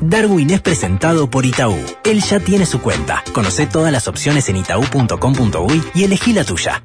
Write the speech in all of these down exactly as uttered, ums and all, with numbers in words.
Darwin es presentado por Itaú. Él ya tiene su cuenta. Conocé todas las opciones en itaú punto com punto uy y elegí la tuya.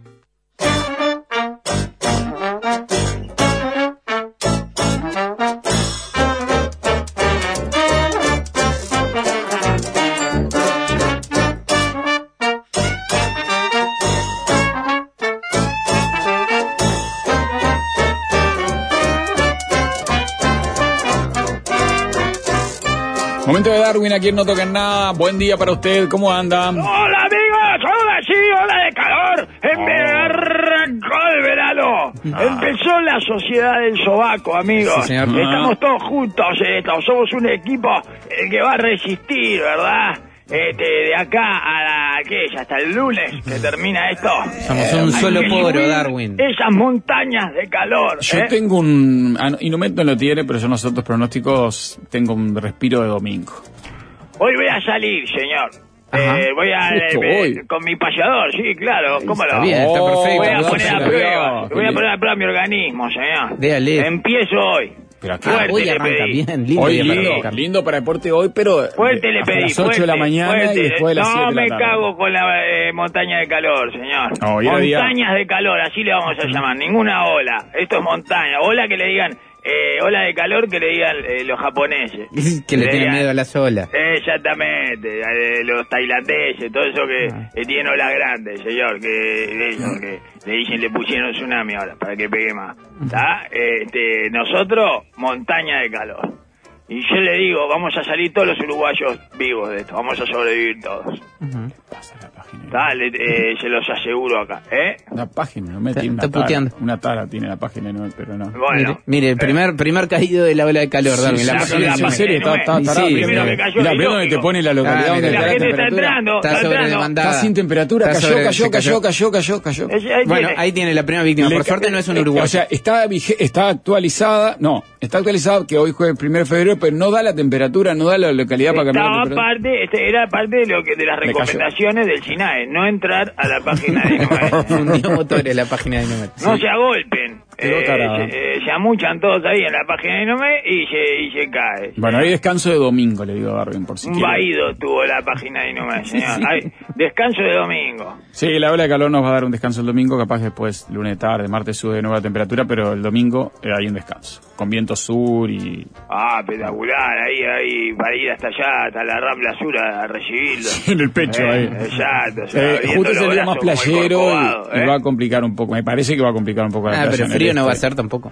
Momento de Darwin, aquí en No Toquen Nada. Buen día para usted, ¿cómo anda? Hola amigos, hola sí, hola de calor. En oh. Arrancó el verano. Ah. Empezó la sociedad del sobaco, amigos. Sí, señor. Estamos ah. todos juntos en esto. Somos un equipo el que va a resistir, ¿verdad? Este, de acá a la, ¿qué es? Hasta el lunes que termina esto. Somos un eh, solo poro, Darwin. Esas montañas de calor. Yo ¿eh? tengo un, y Numet no lo tiene, pero yo en los otros pronósticos tengo un respiro de domingo. Hoy voy a salir, señor. Eh, voy a eh, con mi payador, sí, claro. ¿Cómo está lo? Bien, está perfecto. Voy a poner a prueba. Voy a poner a prueba mi organismo, señor. Déjale. Empiezo hoy. Pero acá fuerte hoy arranca bien, lindo. Hoy lindo, lindo para deporte hoy, pero fuerte le pedí, a las ocho fuerte, de la mañana fuerte. Y después de las siete no de la tarde. No me cago con la eh, montaña de calor, señor. No, montañas de calor, así le vamos a llamar. Ninguna ola. Esto es montaña. Ola que le digan, eh, ola de calor que le digan eh, los japoneses. Que le, le tienen miedo a las olas. Exactamente. Eh, los tailandeses, todo eso que ah. eh, tienen olas grandes, señor. Que, eso, que le dicen, le pusieron tsunami ahora, para que pegue más. ¿Está? Este, nosotros, montaña de calor. Y yo le digo, vamos a salir todos los uruguayos vivos de esto, vamos a sobrevivir todos. Uh-huh. Pasa la página. Dale, eh, se los aseguro acá, ¿eh? La página, no me tiene una tara, una tara tiene la página, no, pero no. Bueno. Mire, mire el primer, eh. primer caído de la ola de calor, Darwin. Sí, la sí, la página serie está tarada. Sí, primero que cayó. La primera donde te pone la localidad ah, donde la, la gente está entrando, está, está sobredemandada. Está sin temperatura, cayó, cayó, cayó, cayó, cayó, cayó. Bueno, ahí tiene la primera víctima. Por suerte no es un uruguayo. O sea, está está actualizada, no, está actualizada que hoy juegue el primero de febrero, pero no da la temperatura, no da la localidad para cambiar la temperatura. Parte, este, era parte de lo que de las recomendaciones del SINAE, no entrar a la página de Inumet. Fundió motores la página de Inumet. No sí. se agolpen. Eh, se, eh, se amuchan todos ahí en la página de Inumet y se, y se cae. Bueno, hay descanso de domingo, le digo a Darwin, por si Un quiere. vaído tuvo la página de Inumet, señor. Sí. Hay descanso de domingo. Sí, la ola de calor nos va a dar un descanso el domingo, capaz después, lunes tarde, martes sube de nuevo la temperatura, pero el domingo eh, hay un descanso. Con viento sur y... Ah, espectacular, ahí, ahí, para ir hasta allá, hasta la Rambla Sur a, a recibirlo. En el pecho, eh, ahí. Exacto. O sea, eh, justo es el día más playero y, ¿eh? y va a complicar un poco, me parece que va a complicar un poco la ah, playa. Pero frío no va a ser tampoco.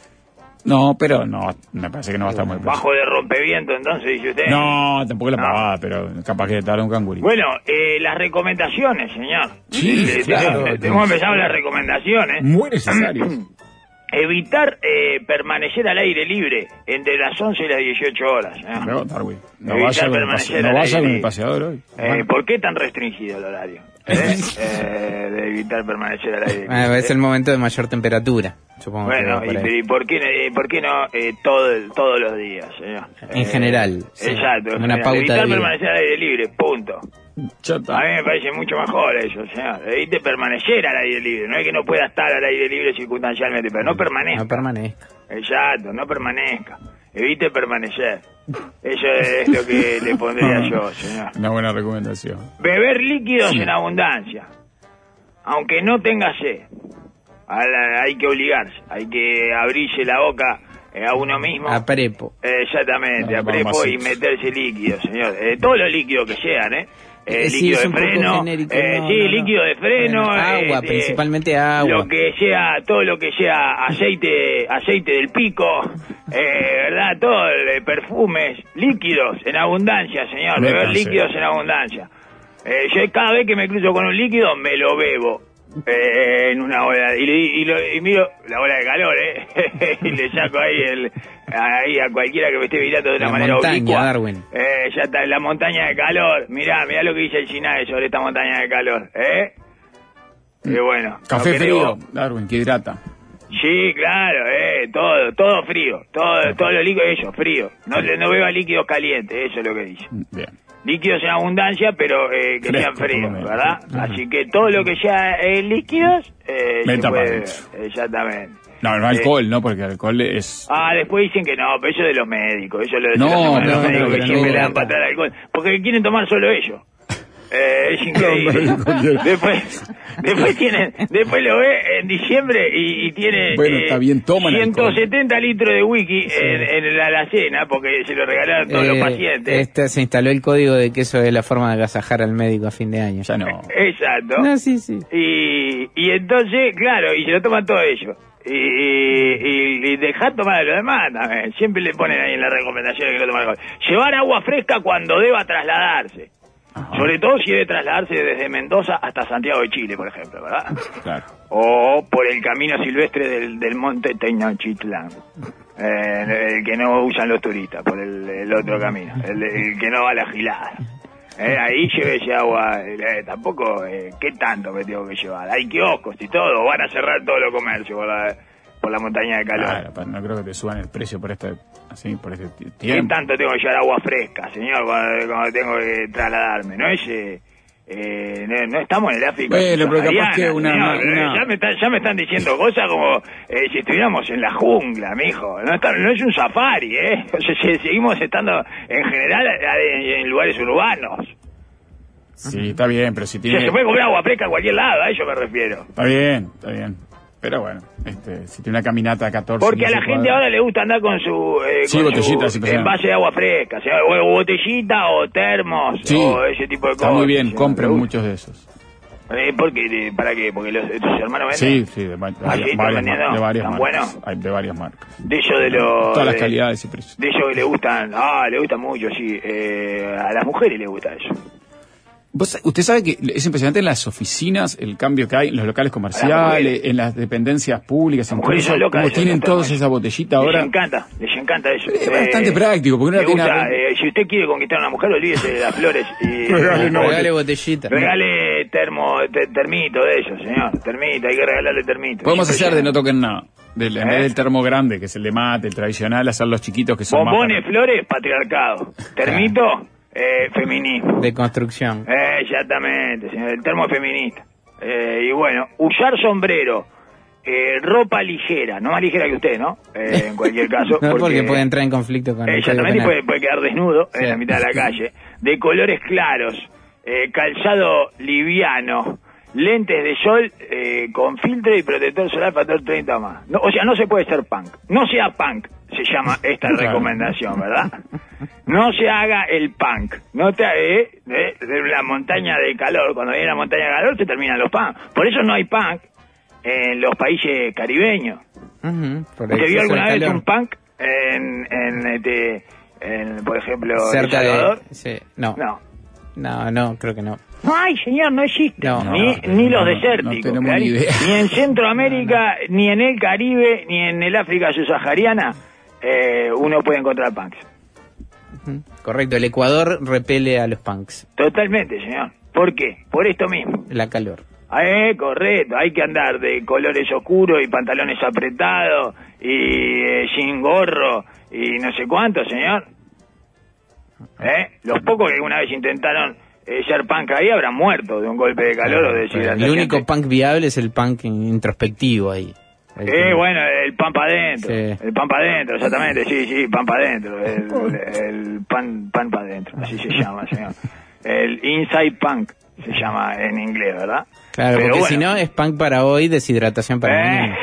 No, pero no, me parece que no va a estar muy playero. Bajo de rompeviento, entonces, dice usted. No, tampoco la no. pavada, pero capaz que te dará un cangurito. Bueno, eh, las recomendaciones, señor. Sí, eh, claro. Hemos empezado las recomendaciones. Muy necesarias. Evitar eh, permanecer al aire libre entre las once y las dieciocho horas. ¿eh? No, Darwin, no vaya con el, pase- no vaya con el paseador hoy. Eh, bueno. ¿Por qué tan restringido el horario? ¿Eh? eh, de evitar permanecer al aire libre. Ah, es el momento de mayor temperatura, supongo. Bueno, que y, ¿y por qué, eh, por qué no eh, todo, todos los días, señor? En eh, general. Sí. Exacto. Una general. pauta Evitar de permanecer al aire libre, punto. Chata. A mí me parece mucho mejor eso, o sea, evite permanecer al aire libre, no es que no pueda estar al aire libre circunstancialmente, pero no permanezca. No permanezca. Exacto, no permanezca, evite permanecer. Eso es lo que le pondría yo, señor. Una buena recomendación. Beber líquidos sí. en abundancia, aunque no tenga sed, hay que obligarse, hay que abrirse la boca Eh, a uno mismo. A prepo. Eh, exactamente, no, a prepo y meterse líquido, señor. Eh, todos los líquidos que sean, ¿eh? Eh, sí, líquido de freno. Genérico, eh, no, sí, no, no. líquido de freno. Bueno, agua, eh, principalmente agua. Lo que sea, todo lo que sea aceite, aceite del pico, eh, ¿verdad? Todo, eh, perfumes, líquidos en abundancia, señor. Beber líquidos en abundancia. Eh, yo cada vez que me cruzo con un líquido, me lo bebo. Eh, en una ola y, y, y, y miro la ola de calor, eh y le saco ahí el ahí a cualquiera que me esté mirando de una la manera montaña, oblicua. Darwin. Eh, ya está en la montaña de calor. Mirá, mirá lo que dice el SINAE sobre esta montaña de calor, eh. Y mm. bueno. Café no frío, Darwin, que hidrata. Sí, claro, eh, todo, todo frío, todo, todo lo líquido eso, frío. No, no beba líquidos calientes, eso es lo que dice. Bien. Líquidos en abundancia, pero eh, que Fresco, sean fríos, ¿verdad? Uh-huh. Así que todo lo que sea eh, líquidos, eh, se puede, exactamente. No, no alcohol, ¿no? Porque el alcohol es... Ah, después dicen que no, pero eso de los médicos, eso lo de No, los no, médicos no, que no, siempre no, le dan no. para atrás el alcohol, porque quieren tomar solo ellos. Eh, es increíble. No, no, no. después, después tienen, después lo ve en diciembre y, y tiene Bueno, está bien, toman ciento alcohol. setenta litros de whisky en, en la alacena porque se lo regalaron todos los Eh, pacientes. este, se instaló el código de que eso es la forma de agasajar al médico a fin de año. Ya no. Exacto. No, sí, sí. Y, y entonces, claro, y se lo toman todo ellos. Y, y, y dejar tomar a los demás también. Siempre le ponen ahí en las recomendaciones que no toman alcohol. Llevar agua fresca cuando deba trasladarse. Ajá. Sobre todo si debe trasladarse desde Mendoza hasta Santiago de Chile, por ejemplo, ¿verdad? Claro. O por el camino silvestre del, del monte Tenochtitlán. Eh, el que no usan los turistas, por el, el otro camino. El, el que no va a la gilada. Eh, ahí llévese agua, eh, tampoco, eh, ¿qué tanto me tengo que llevar? Hay kioscos y todo, van a cerrar todos los comercios por la, por la montaña de calor. Claro, pa- no creo que te suban el precio por este, así, por este ti- ¿Qué tiempo. tanto tengo que llevar agua fresca, señor, cuando, cuando tengo que trasladarme? No es, eh, eh, no, no estamos en el África Bueno, pero capaz subsahariana, que una- señor. una- Ya, me están, ya me están diciendo cosas como eh, si estuviéramos en la jungla, mijo. No, está, no es un safari, ¿eh? O sea, si- seguimos estando, en general, en, en lugares urbanos. Sí, está bien, pero si O sea, tiene... se puede comer agua fresca a cualquier lado, a eso me refiero. Está bien, está bien. Pero bueno, este, si tiene una caminata a catorce... Porque a quince la gente cuadras- ahora le gusta andar con su, eh, Sí, con botellita, su sí, pues, envase de agua fresca, o, sea, o botellita o termos Sí, o ese tipo de está cosas. muy bien, ¿sí? compren Le gusta. muchos de esos. Eh, porque, de- ¿Para qué? Porque los, tus hermanos Sí, venden. sí, de, va- de Ah, varias, sí, varias ¿están mar- de varias vendiendo? marcas. ¿Están buenos? Hay de varias marcas. De ellos de los... Todas las de- calidades y precios. De ellos que le gustan... Ah, le gusta mucho, sí. Eh, a las mujeres les gusta eso. ¿Vos- Usted sabe que es impresionante en las oficinas el cambio que hay en los locales comerciales, en las dependencias públicas, Las mujeres incluso son locas, como ellas tienen no todos toman. esa botellita Les ahora. encanta, les encanta eso. Es bastante práctico, porque uno le tiene gusta, una- eh, si usted quiere conquistar a una mujer, olvídese de las flores y... Regale una Regale botellita. Regale termo, te- termito de eso, señor. Termito, hay que regalarle termito. Podemos Siempre hacer de no lleno. toquen nada. Del, en ¿Eh? vez del termo grande, que es el de mate, el tradicional, hacer los chiquitos que son más Bombones, para- flores, patriarcado. Termito, eh, feminismo. De construcción. Eh, exactamente, señor. El termo es feminista. Eh, y bueno, usar sombrero. Eh, ropa ligera, no más ligera que usted, ¿no? Eh, en cualquier caso. No, porque puede entrar en conflicto con el Exactamente, y Código puede, Penal. puede quedar desnudo Sí. en la mitad de la calle. De colores claros, eh, calzado liviano, lentes de sol eh, con filtro y protector solar factor treinta más. No, o sea, no se puede ser punk. No sea punk, se llama esta Claro. recomendación, ¿verdad? No se haga el punk. No te eh, eh, de la montaña de calor. Cuando viene la montaña de calor se terminan los punk. Por eso no hay punk en los países caribeños. Ujú, por ¿Te vio exceso alguna de vez calor. un punk en, en, este, en por ejemplo, El Cerca Salvador? de... Sí. No. No. no, no, creo que no. Ay, señor, no existe. No, ni, no, ni no, los no, desérticos. no tenemos claro. ni idea. Ni en Centroamérica, ni en el Caribe, ni en el África subsahariana, eh, uno puede encontrar punks. Ujú. Correcto, el Ecuador repele a los punks. Totalmente, señor. ¿Por qué? Por esto mismo. La calor. Eh, correcto. Hay que andar de colores oscuros y pantalones apretados y eh, sin gorro y no sé cuánto, señor. ¿Eh? Los pocos que alguna vez intentaron eh, ser punk ahí habrán muerto de un golpe de calor o de El deshidratación. único punk viable es el punk introspectivo ahí. El Eh, que- bueno, el pan para adentro. Sí. El pan para adentro, exactamente, sí, sí, pan para adentro. El, el pan pan para adentro, así se llama, señor. El inside punk se llama en inglés, ¿verdad? Claro, Pero porque bueno. si no es punk para hoy, deshidratación para Eh, mañana.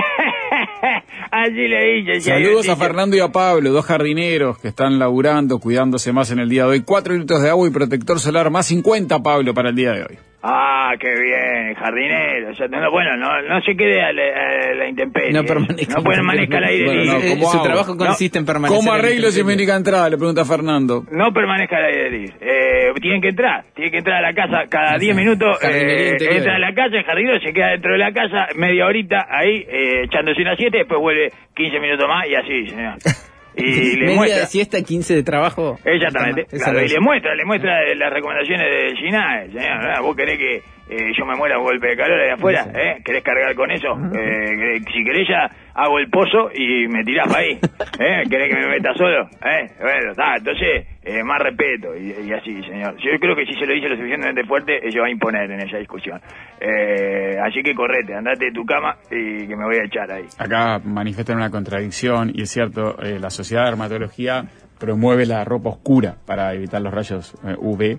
Así le dije. si hay un Saludos a dicho. Fernando y a Pablo, dos jardineros que están laburando, cuidándose más en el día de hoy. Cuatro litros de agua y protector solar, más cincuenta, Pablo, para el día de hoy. Ah, qué bien, jardinero. O sea, no, bueno, no, no se quede a la, a la intemperie. No permanezca. No permanezca al aire Bueno, libre. no, Eh, ¿cómo Su hago? trabajo consiste en permanecer. ¿Cómo en arreglo el si me indica entrada? Le pregunta Fernando. No permanezca al aire libre. Eh, tienen que entrar. Tienen que entrar a la casa cada diez minutos. Jardinería Eh, interior. entra a la casa, el jardinero se queda dentro de la casa media horita ahí, eh, echándose una siete, después vuelve quince minutos más y así, señor. Y le Media muestra. de siesta, quince de trabajo. Exactamente, Esa claro, no y es. le muestra, le muestra las recomendaciones del SINAE, señor. ¿verdad? Vos querés que eh, yo me muero a un golpe de calor ahí afuera, ¿eh? ¿Querés cargar con eso? Eh, si querés ya hago el pozo y me tirás para ahí, ¿eh? ¿Querés que me meta solo? ¿Eh? Bueno, está, entonces, eh, más respeto, y, y así, señor. Yo creo que si se lo dice lo suficientemente fuerte, ella va a imponer en esa discusión. Eh, así que correte, andate de tu cama y que me voy a echar ahí. Acá manifiestan una contradicción, y es cierto, eh, la Sociedad de Dermatología promueve la ropa oscura para evitar los rayos eh, U V,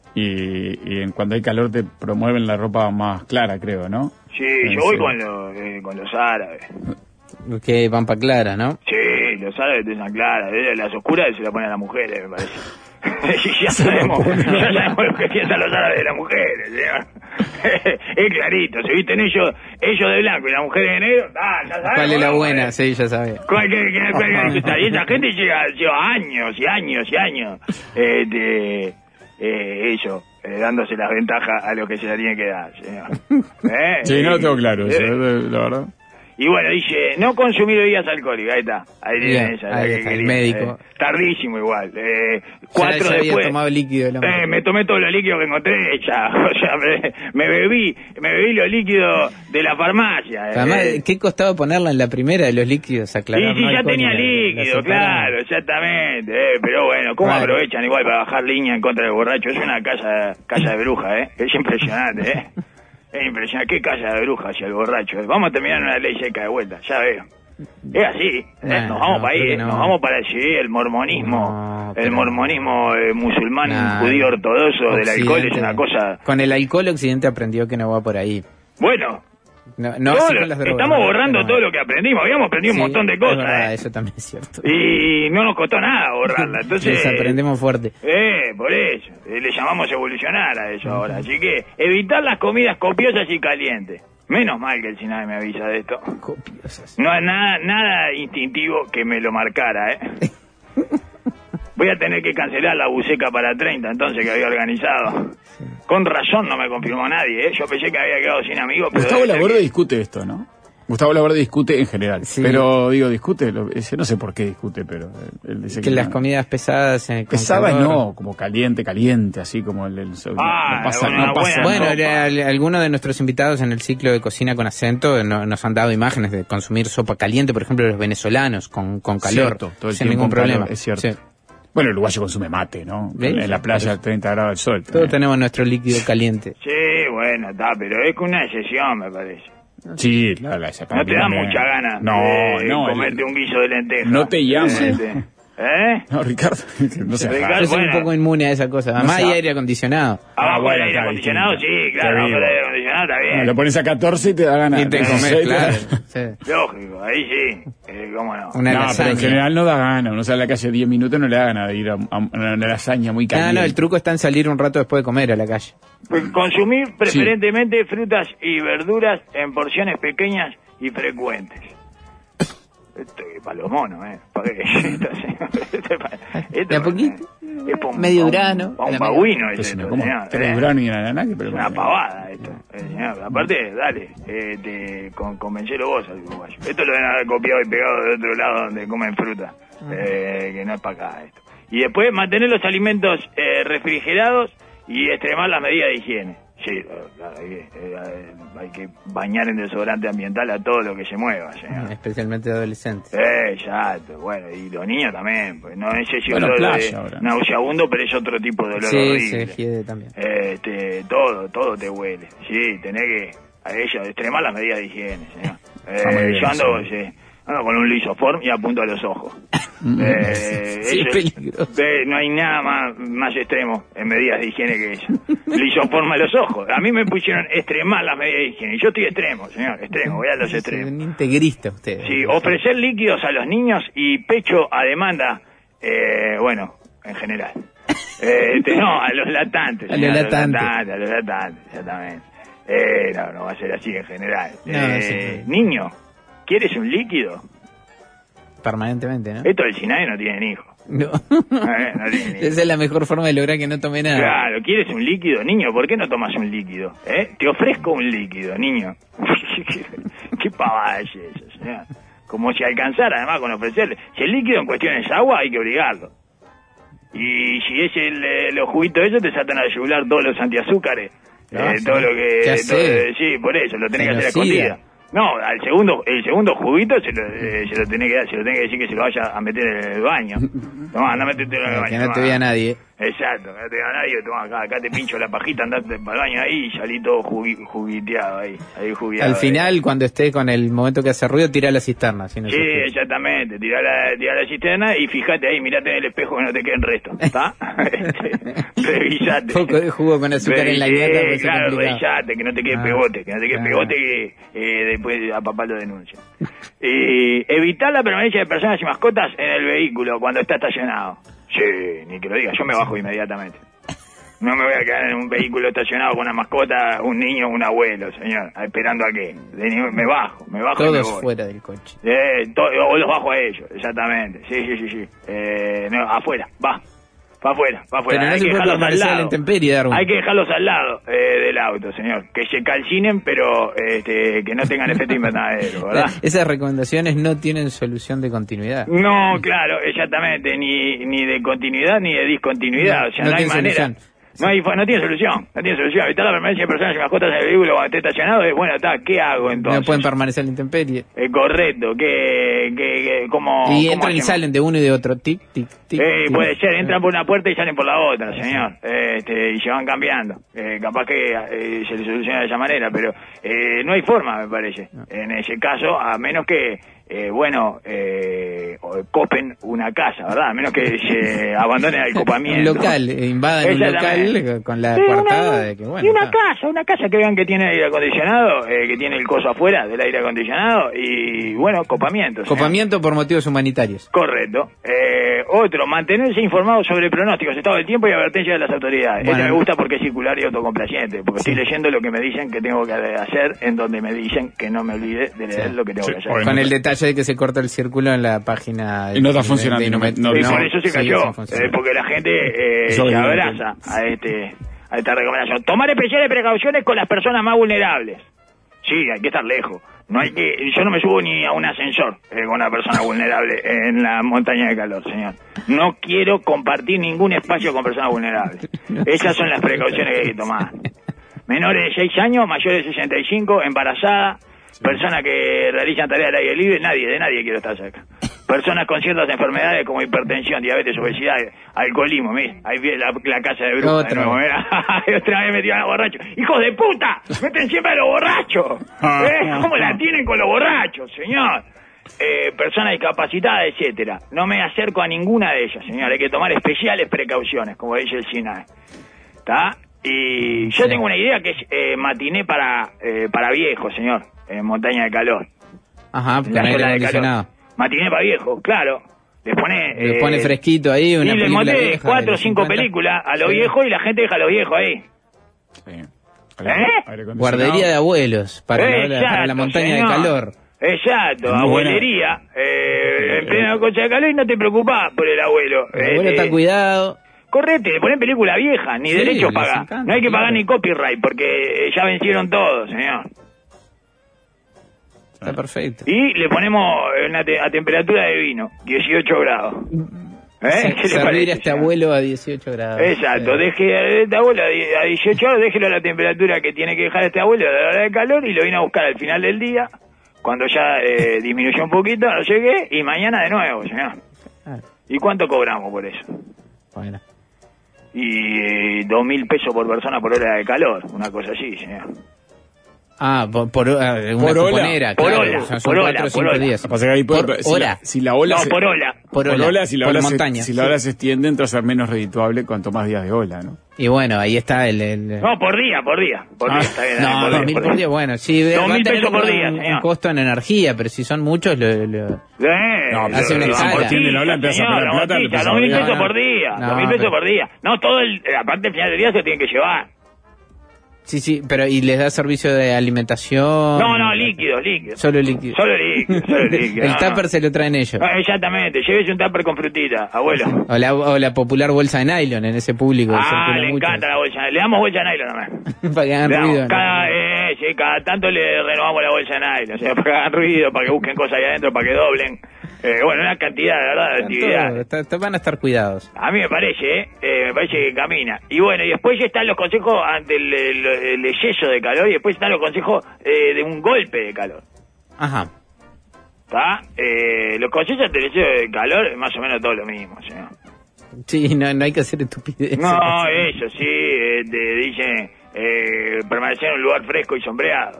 y, y en cuando hay calor te promueven la ropa más clara, creo, ¿no? Sí, Eh, yo voy sí. con los, eh, con los árabes. Que van pa' Clara, ¿no? Sí, los árabes te usan claras, eh, las oscuras se las ponen a las mujeres, me parece. Y ya sabemos, ya sabemos lo que piensan los árabes de las mujeres, ¿sí? Es clarito, se visten ellos, ellos de blanco y las mujeres de negro, ah, ya sabemos. ¿Cuál es la ¿no? buena? Sí, ya sabía. ¿Cuál que, que, cuál que disfrutar? Y esa gente lleva, lleva años y años y años eh, de eh, eso, eh, dándose las ventajas a lo que se le tiene que dar, señor. ¿Eh? Sí, no lo tengo claro, eso, Eh, eh, la verdad. Y bueno, dice, no consumir bebidas alcohólicas, ahí está. Ahí Bien, tiene esa, la ahí que está, el quería, médico. eh. Tardísimo igual. Eh, Ya- cuatro ya había después. tomado líquido el hombre. Eh, me tomé todos los líquidos que encontré, ya. O sea, me, me bebí, me bebí los líquidos de la farmacia. eh. Además, ¿qué costaba ponerla en la primera de los líquidos? Aclarar, Y si no ya alcohólica, tenía la líquido, separaron. claro, exactamente. Eh, pero bueno, ¿cómo Vale. aprovechan igual para bajar línea en contra del borracho? Es una casa, casa de bruja, ¿eh? Es impresionante, ¿eh? Es impresionante. ¿Qué casa de bruja hacia el borracho? eh? Vamos a terminar en una ley seca de vuelta, ya veo. Es así, ¿eh? Bueno, Nos vamos no, para ahí, creo que ¿eh? no. Nos vamos para allí, el mormonismo, No, el pero- mormonismo eh, musulmán, Nah, judío ortodoxo del alcohol es Occidente. una cosa... Con el alcohol Occidente aprendió que no va por ahí. Bueno, No, no todo así lo- con las drogas, estamos ¿no? borrando Pero- todo lo que aprendimos, habíamos aprendido Sí, un montón de es cosas, verdad, ¿eh? eso también es cierto. Y no nos costó nada borrarla, entonces... Desaprendemos fuerte. Eh, por eso, eh, le llamamos evolucionar a eso ahora, así que evitar las comidas copiosas y calientes. Menos mal que el SINAE me avisa de esto. Copiosas. No hay nada, nada instintivo que me lo marcara, ¿eh? Voy a tener que cancelar la buceca para treinta, entonces, que había organizado. Con razón no me confirmó nadie, ¿eh? Yo pensé que había quedado sin amigos, pero... Gustavo debe ser Laborde que- discute esto, ¿no? Gustavo Laborde discute en general, Sí. pero digo, discute, lo, ese, no sé por qué discute, pero él, él dice Que que las no. comidas pesadas... eh, con Pesadas calor. no, como caliente, caliente, así como el... el Ah, no pasa, una no pasa buena Bueno, sopa. era- al- algunos de nuestros invitados en el ciclo de Cocina con Acento no- nos han dado imágenes de consumir sopa caliente, por ejemplo, los venezolanos, con, con calor, Cierto, todo el sin tiempo ningún con calor, problema. es cierto. Sí. Bueno, el uruguayo consume mate, ¿no? ¿Ves? En la playa, Por eso. treinta grados del sol. Todos eh. tenemos nuestro líquido caliente. Sí, bueno, está, pero es que una excepción, me parece. Sí, la, la, esa No te da también. mucha gana No, de no. comerte el- un guiso de lenteja. No te llama. Este, ¿Eh? No, Ricardo, no se Ricardo, Yo soy bueno. un poco inmune a esa cosa. Además No hay sé. aire acondicionado. Abajo bueno, del aire está acondicionado, distinto. sí, Está claro, abajo vivo. del aire acondicionado está bien. Lo pones a catorce y te da ganas. Y te de comes, seis, claro. Sí. Lógico, ahí sí. Eh, ¿Cómo no? Una No, lasaña. pero en general no da gana. Uno sale a la calle diez minutos, no le da gana de ir a, a una lasaña muy No, caliente. no, el truco está en salir un rato después de comer a la calle. Pues consumir preferentemente frutas y verduras en porciones pequeñas y frecuentes. Esto es para los monos, ¿eh? Pa' que- esto, esto es pa- esto De a poquito. es pa' un- Medio pa' un- durano. pa' un La babuino Pues es si no, esto, ¿cómo? señor, Tres ¿eh? granos y una nana, que Es pero una pavada esto, eh, señor. Aparte, dale, eh, te con, convencelo vos al uruguayo. Esto lo deben haber copiado y pegado de otro lado donde comen fruta, eh, que no es para acá esto. Y después mantener los alimentos eh, refrigerados y extremar las medidas de higiene. Sí, claro, hay que, eh, hay que bañar en desodorante ambiental a todo lo que se mueva, señor. Especialmente adolescentes. Eh, exacto, bueno, y los niños también, pues no es ese Bueno, olor playa de ahora. nauseabundo, pero es otro tipo de olor Sí, horrible. se hiede también. Este, todo, todo te huele. Sí, tenés que, a ella, extremar las medidas de higiene, señor. Eh, Está muy bien, yo ando, sí. sí, ando con un lisoform y apunto a los ojos. Eh, Sí, eso es peligroso. eh, no hay nada más, más extremo en medidas de higiene que eso. Lisoform a los ojos. A mí me pusieron extremar las medidas de higiene. Yo estoy extremo, señor, extremo, voy a los Es extremos. un integrista usted. Sí, ofrecer líquidos a los niños y pecho a demanda, eh, bueno, en general. Eh, este, no, a los latantes. A los señor, latantes. A los latantes, exactamente. Eh, no, no va a ser así en general. No, Eh, sí. Niño, ¿quieres un líquido? Permanentemente, ¿no? Esto del SINAE no tienen hijos. No. Eh, no tienen hijos. Esa es la mejor forma de lograr que no tome nada. Claro, ¿quieres un líquido? Niño, ¿por qué no tomas un líquido? ¿Eh? Te ofrezco un líquido, niño. ¿Qué pavada es eso, señor? Como si alcanzara, además, con ofrecerle. Si el líquido en cuestión es agua, hay que obligarlo. Y si es el, eh, los juguitos esos, te saltan a yugular todos los antiazúcares Eh, todo lo que... ¿Qué todo- hace? sí, por eso, lo tenés que hacer a Genocida. escondida. No, al segundo, el segundo juguito se lo, eh, se lo tenés que dar, se lo tenés que decir que se lo vaya a meter en el baño. Toma, anda a meterte en el baño. Que no te tomá. vea nadie. Exacto, que no te vea nadie, toma acá, acá te pincho la pajita, andate para el baño ahí y salí todo jugui- juguiteado ahí, ahí jugueado. Al final, cuando esté con el momento que hace ruido, tira la cisterna. Si no Sí, se puede. exactamente, tirá la, tirá la cisterna y fíjate ahí, mirate en el espejo que no te queden restos, ¿está? Este, revisate. Poco de jugo con azúcar en la Revisé, guiata, pues, es claro, complicado. revisate, que no te quede Ah, pegote, que no te quede ah. pegote que eh, después a papá lo denuncia. Eh, evitar la permanencia de personas y mascotas en el vehículo cuando está estacionado. Sí, ni que lo diga, yo me bajo inmediatamente. No me voy a quedar en un vehículo estacionado con una mascota, un niño, un abuelo, señor, esperando a qué. De ni- Me bajo, me bajo y me Todos voy. fuera del coche. Eh, to- o los bajo a ellos, exactamente. Sí, sí, sí, sí. Eh, no, afuera, va. Va afuera, va afuera. Pero no Hay se que puede dejarlos al permanecer a la lado. intemperie, Darwin. Hay que dejarlos al lado eh, del auto, señor. Que se calcinen, pero este, que no tengan efecto invernadero, ¿verdad? Esas recomendaciones no tienen solución de continuidad. No, claro, exactamente. Ni, ni de continuidad ni de discontinuidad. O sea, No no, hay tiene manera. solución. No, hay, no tiene solución, no tiene solución. Evitar la permanencia de personas y mascotas en el vehículo cuando esté estacionado es, bueno, está, ¿qué hago entonces? No pueden permanecer a la intemperie. Eh, correcto, que, que, que ¿cómo, Y cómo entran y hacemos? salen de uno y de otro. Tic, tic, tic. Eh, tic. puede ser, entran por una puerta y salen por la otra, señor. Este, y se van cambiando. Eh, capaz que eh, se le soluciona de esa manera, pero eh, no hay forma, me parece. En ese caso, a menos que, eh, bueno, eh, o copen una casa, ¿verdad? A menos que se abandonen al copamiento. Un local, eh, invadan un Exactamente. local con la Sí, coartada una- de que, bueno. y una está. casa, una casa que vean que tiene aire acondicionado, eh, que tiene el coso afuera del aire acondicionado y, bueno, copamiento. señor. Copamiento por motivos humanitarios. Correcto. Eh, otro, mantenerse informado sobre pronósticos, estado del tiempo y advertencias de las autoridades. Bueno. Este me gusta porque es circular y autocomplaciente, porque estoy leyendo lo que me dicen que tengo que hacer, en donde me dicen que no me olvide de leer Sí. lo que tengo Sí, que hacer. obviamente. Con el detalle de que se corta el círculo en la página. Y no está de- funcionando, de- de- no me- no- y no, por eso se sigue cayó, sin funcionar. eh, porque la gente eh, Eso se es abraza a este a esta recomendación. Tomar especiales precauciones con las personas más vulnerables. Sí, hay que estar lejos. No hay que, yo no me subo ni a un ascensor eh, con una persona vulnerable en la montaña de calor, señor. No quiero compartir ningún espacio con personas vulnerables. Esas son las precauciones que hay que tomar. Menores de seis años, mayores de sesenta y cinco, embarazada, personas que realizan tareas al aire libre, nadie, de nadie quiero estar cerca. Personas con ciertas enfermedades como hipertensión, diabetes, obesidad, alcoholismo, mira, ahí viene la, la casa de brujas de Otra nuevo, vez. mirá. Otra vez metieron a los borrachos. ¡Hijos de puta! ¡Meten siempre a los borrachos! ¿Eh? ¿Cómo la tienen con los borrachos, señor? Eh, personas discapacitadas, etcétera. No me acerco a ninguna de ellas, señor. Hay que tomar especiales precauciones, como dice el SINAE. ¿Está? Y yo Sí. tengo una idea que es eh, matiné para eh, para viejos, señor, en montaña de calor. Ajá, En con la aire zona de acondicionado. calor. Matiné para viejos, claro. Le pone... Le eh, pone fresquito ahí, una y le película monté vieja cuatro de o cinco cincuenta. películas a los Sí. viejos y la gente deja a los viejos ahí. Sí. ¿Eh? Aire acondicionado. Guardería de abuelos para, la, Exacto, para la montaña señor. de calor. Exacto, Es muy buena. abuelería, eh, en plena cocha de calor y no te preocupás por el abuelo. El abuelo Eh, está eh, cuidado. Correte, le ponen película vieja, ni Sí, derechos les pagar. encanta, No hay que pagar claro. ni copyright porque eh, ya vencieron todos, señor. Está perfecto. Y le ponemos una te- a temperatura de vino, dieciocho grados. ¿Eh? ¿Qué le Servir parece, a este señor? abuelo a dieciocho grados. Exacto, Sí. deje a este abuelo a die- a dieciocho grados, déjelo a la temperatura que tiene que dejar este abuelo a la hora de calor y lo vino a buscar al final del día, cuando ya eh, disminuyó un poquito, no sé qué, y mañana de nuevo, señor. Ah, ¿Y cuánto cobramos por eso? bueno. Y eh, dos mil pesos por persona por hora de calor, una cosa así, señor. Ah, por, por ah, una Por ola. cuponera, Por claro. ola, Son, son por ola, cuatro o por cinco ola. días. Lo que pasa es que ahí puede- Por si, la, hora. si la ola No, se, por ola. Por por ola, ola, si la por ola, montaña. se, si la ola se extiende, entonces a ser menos redituable cuanto más días de ola, ¿no? Y bueno, ahí está el... el No, por día, por día. Por Ah, día, está bien. no, por dos día, mil por por día. día, bueno, sí, Dos va a mil tener pesos por un- día, un señor. costo en energía, pero si son muchos, lo, lo- Eh, No, hace una lo- escala. amortiza, Tiene la ola, empieza a señor, perder plata, amortiza, empieza a dos mil perder- pesos no, por día, no, dos mil pesos pero- por día. No, todo el, aparte el final del día se tiene que llevar. Sí, sí, pero ¿y les da servicio de alimentación? No, no, líquidos, líquidos. Solo líquido. Solo líquidos, solo líquidos. El no, tupper no. se lo traen ellos. Ah, exactamente, llévese un tupper con frutita, abuelo. O la, o la popular bolsa de nylon en ese público. que Ah, circula le mucho. encanta la bolsa. Le damos bolsa de nylon nomás. Para que hagan Le damos ruido. ¿no? cada, eh, sí, cada tanto le renovamos la bolsa de nylon, o sea, para que hagan ruido, para que busquen cosas ahí adentro, para que doblen. Eh, bueno, una cantidad, de verdad, de Están actividad. todos, está- está- van a estar cuidados. A mí me parece, ¿eh? Eh, me parece que camina. Y bueno, y después ya están los consejos ante el, el, el exceso de calor, y después están los consejos eh, de un golpe de calor. Ajá. ¿Está? Eh, los consejos ante el exceso de calor es más o menos todo lo mismo, señor. Sí, no, no hay que hacer estupidez. No, eso sí, eh, te dicen eh, permanecer en un lugar fresco y sombreado.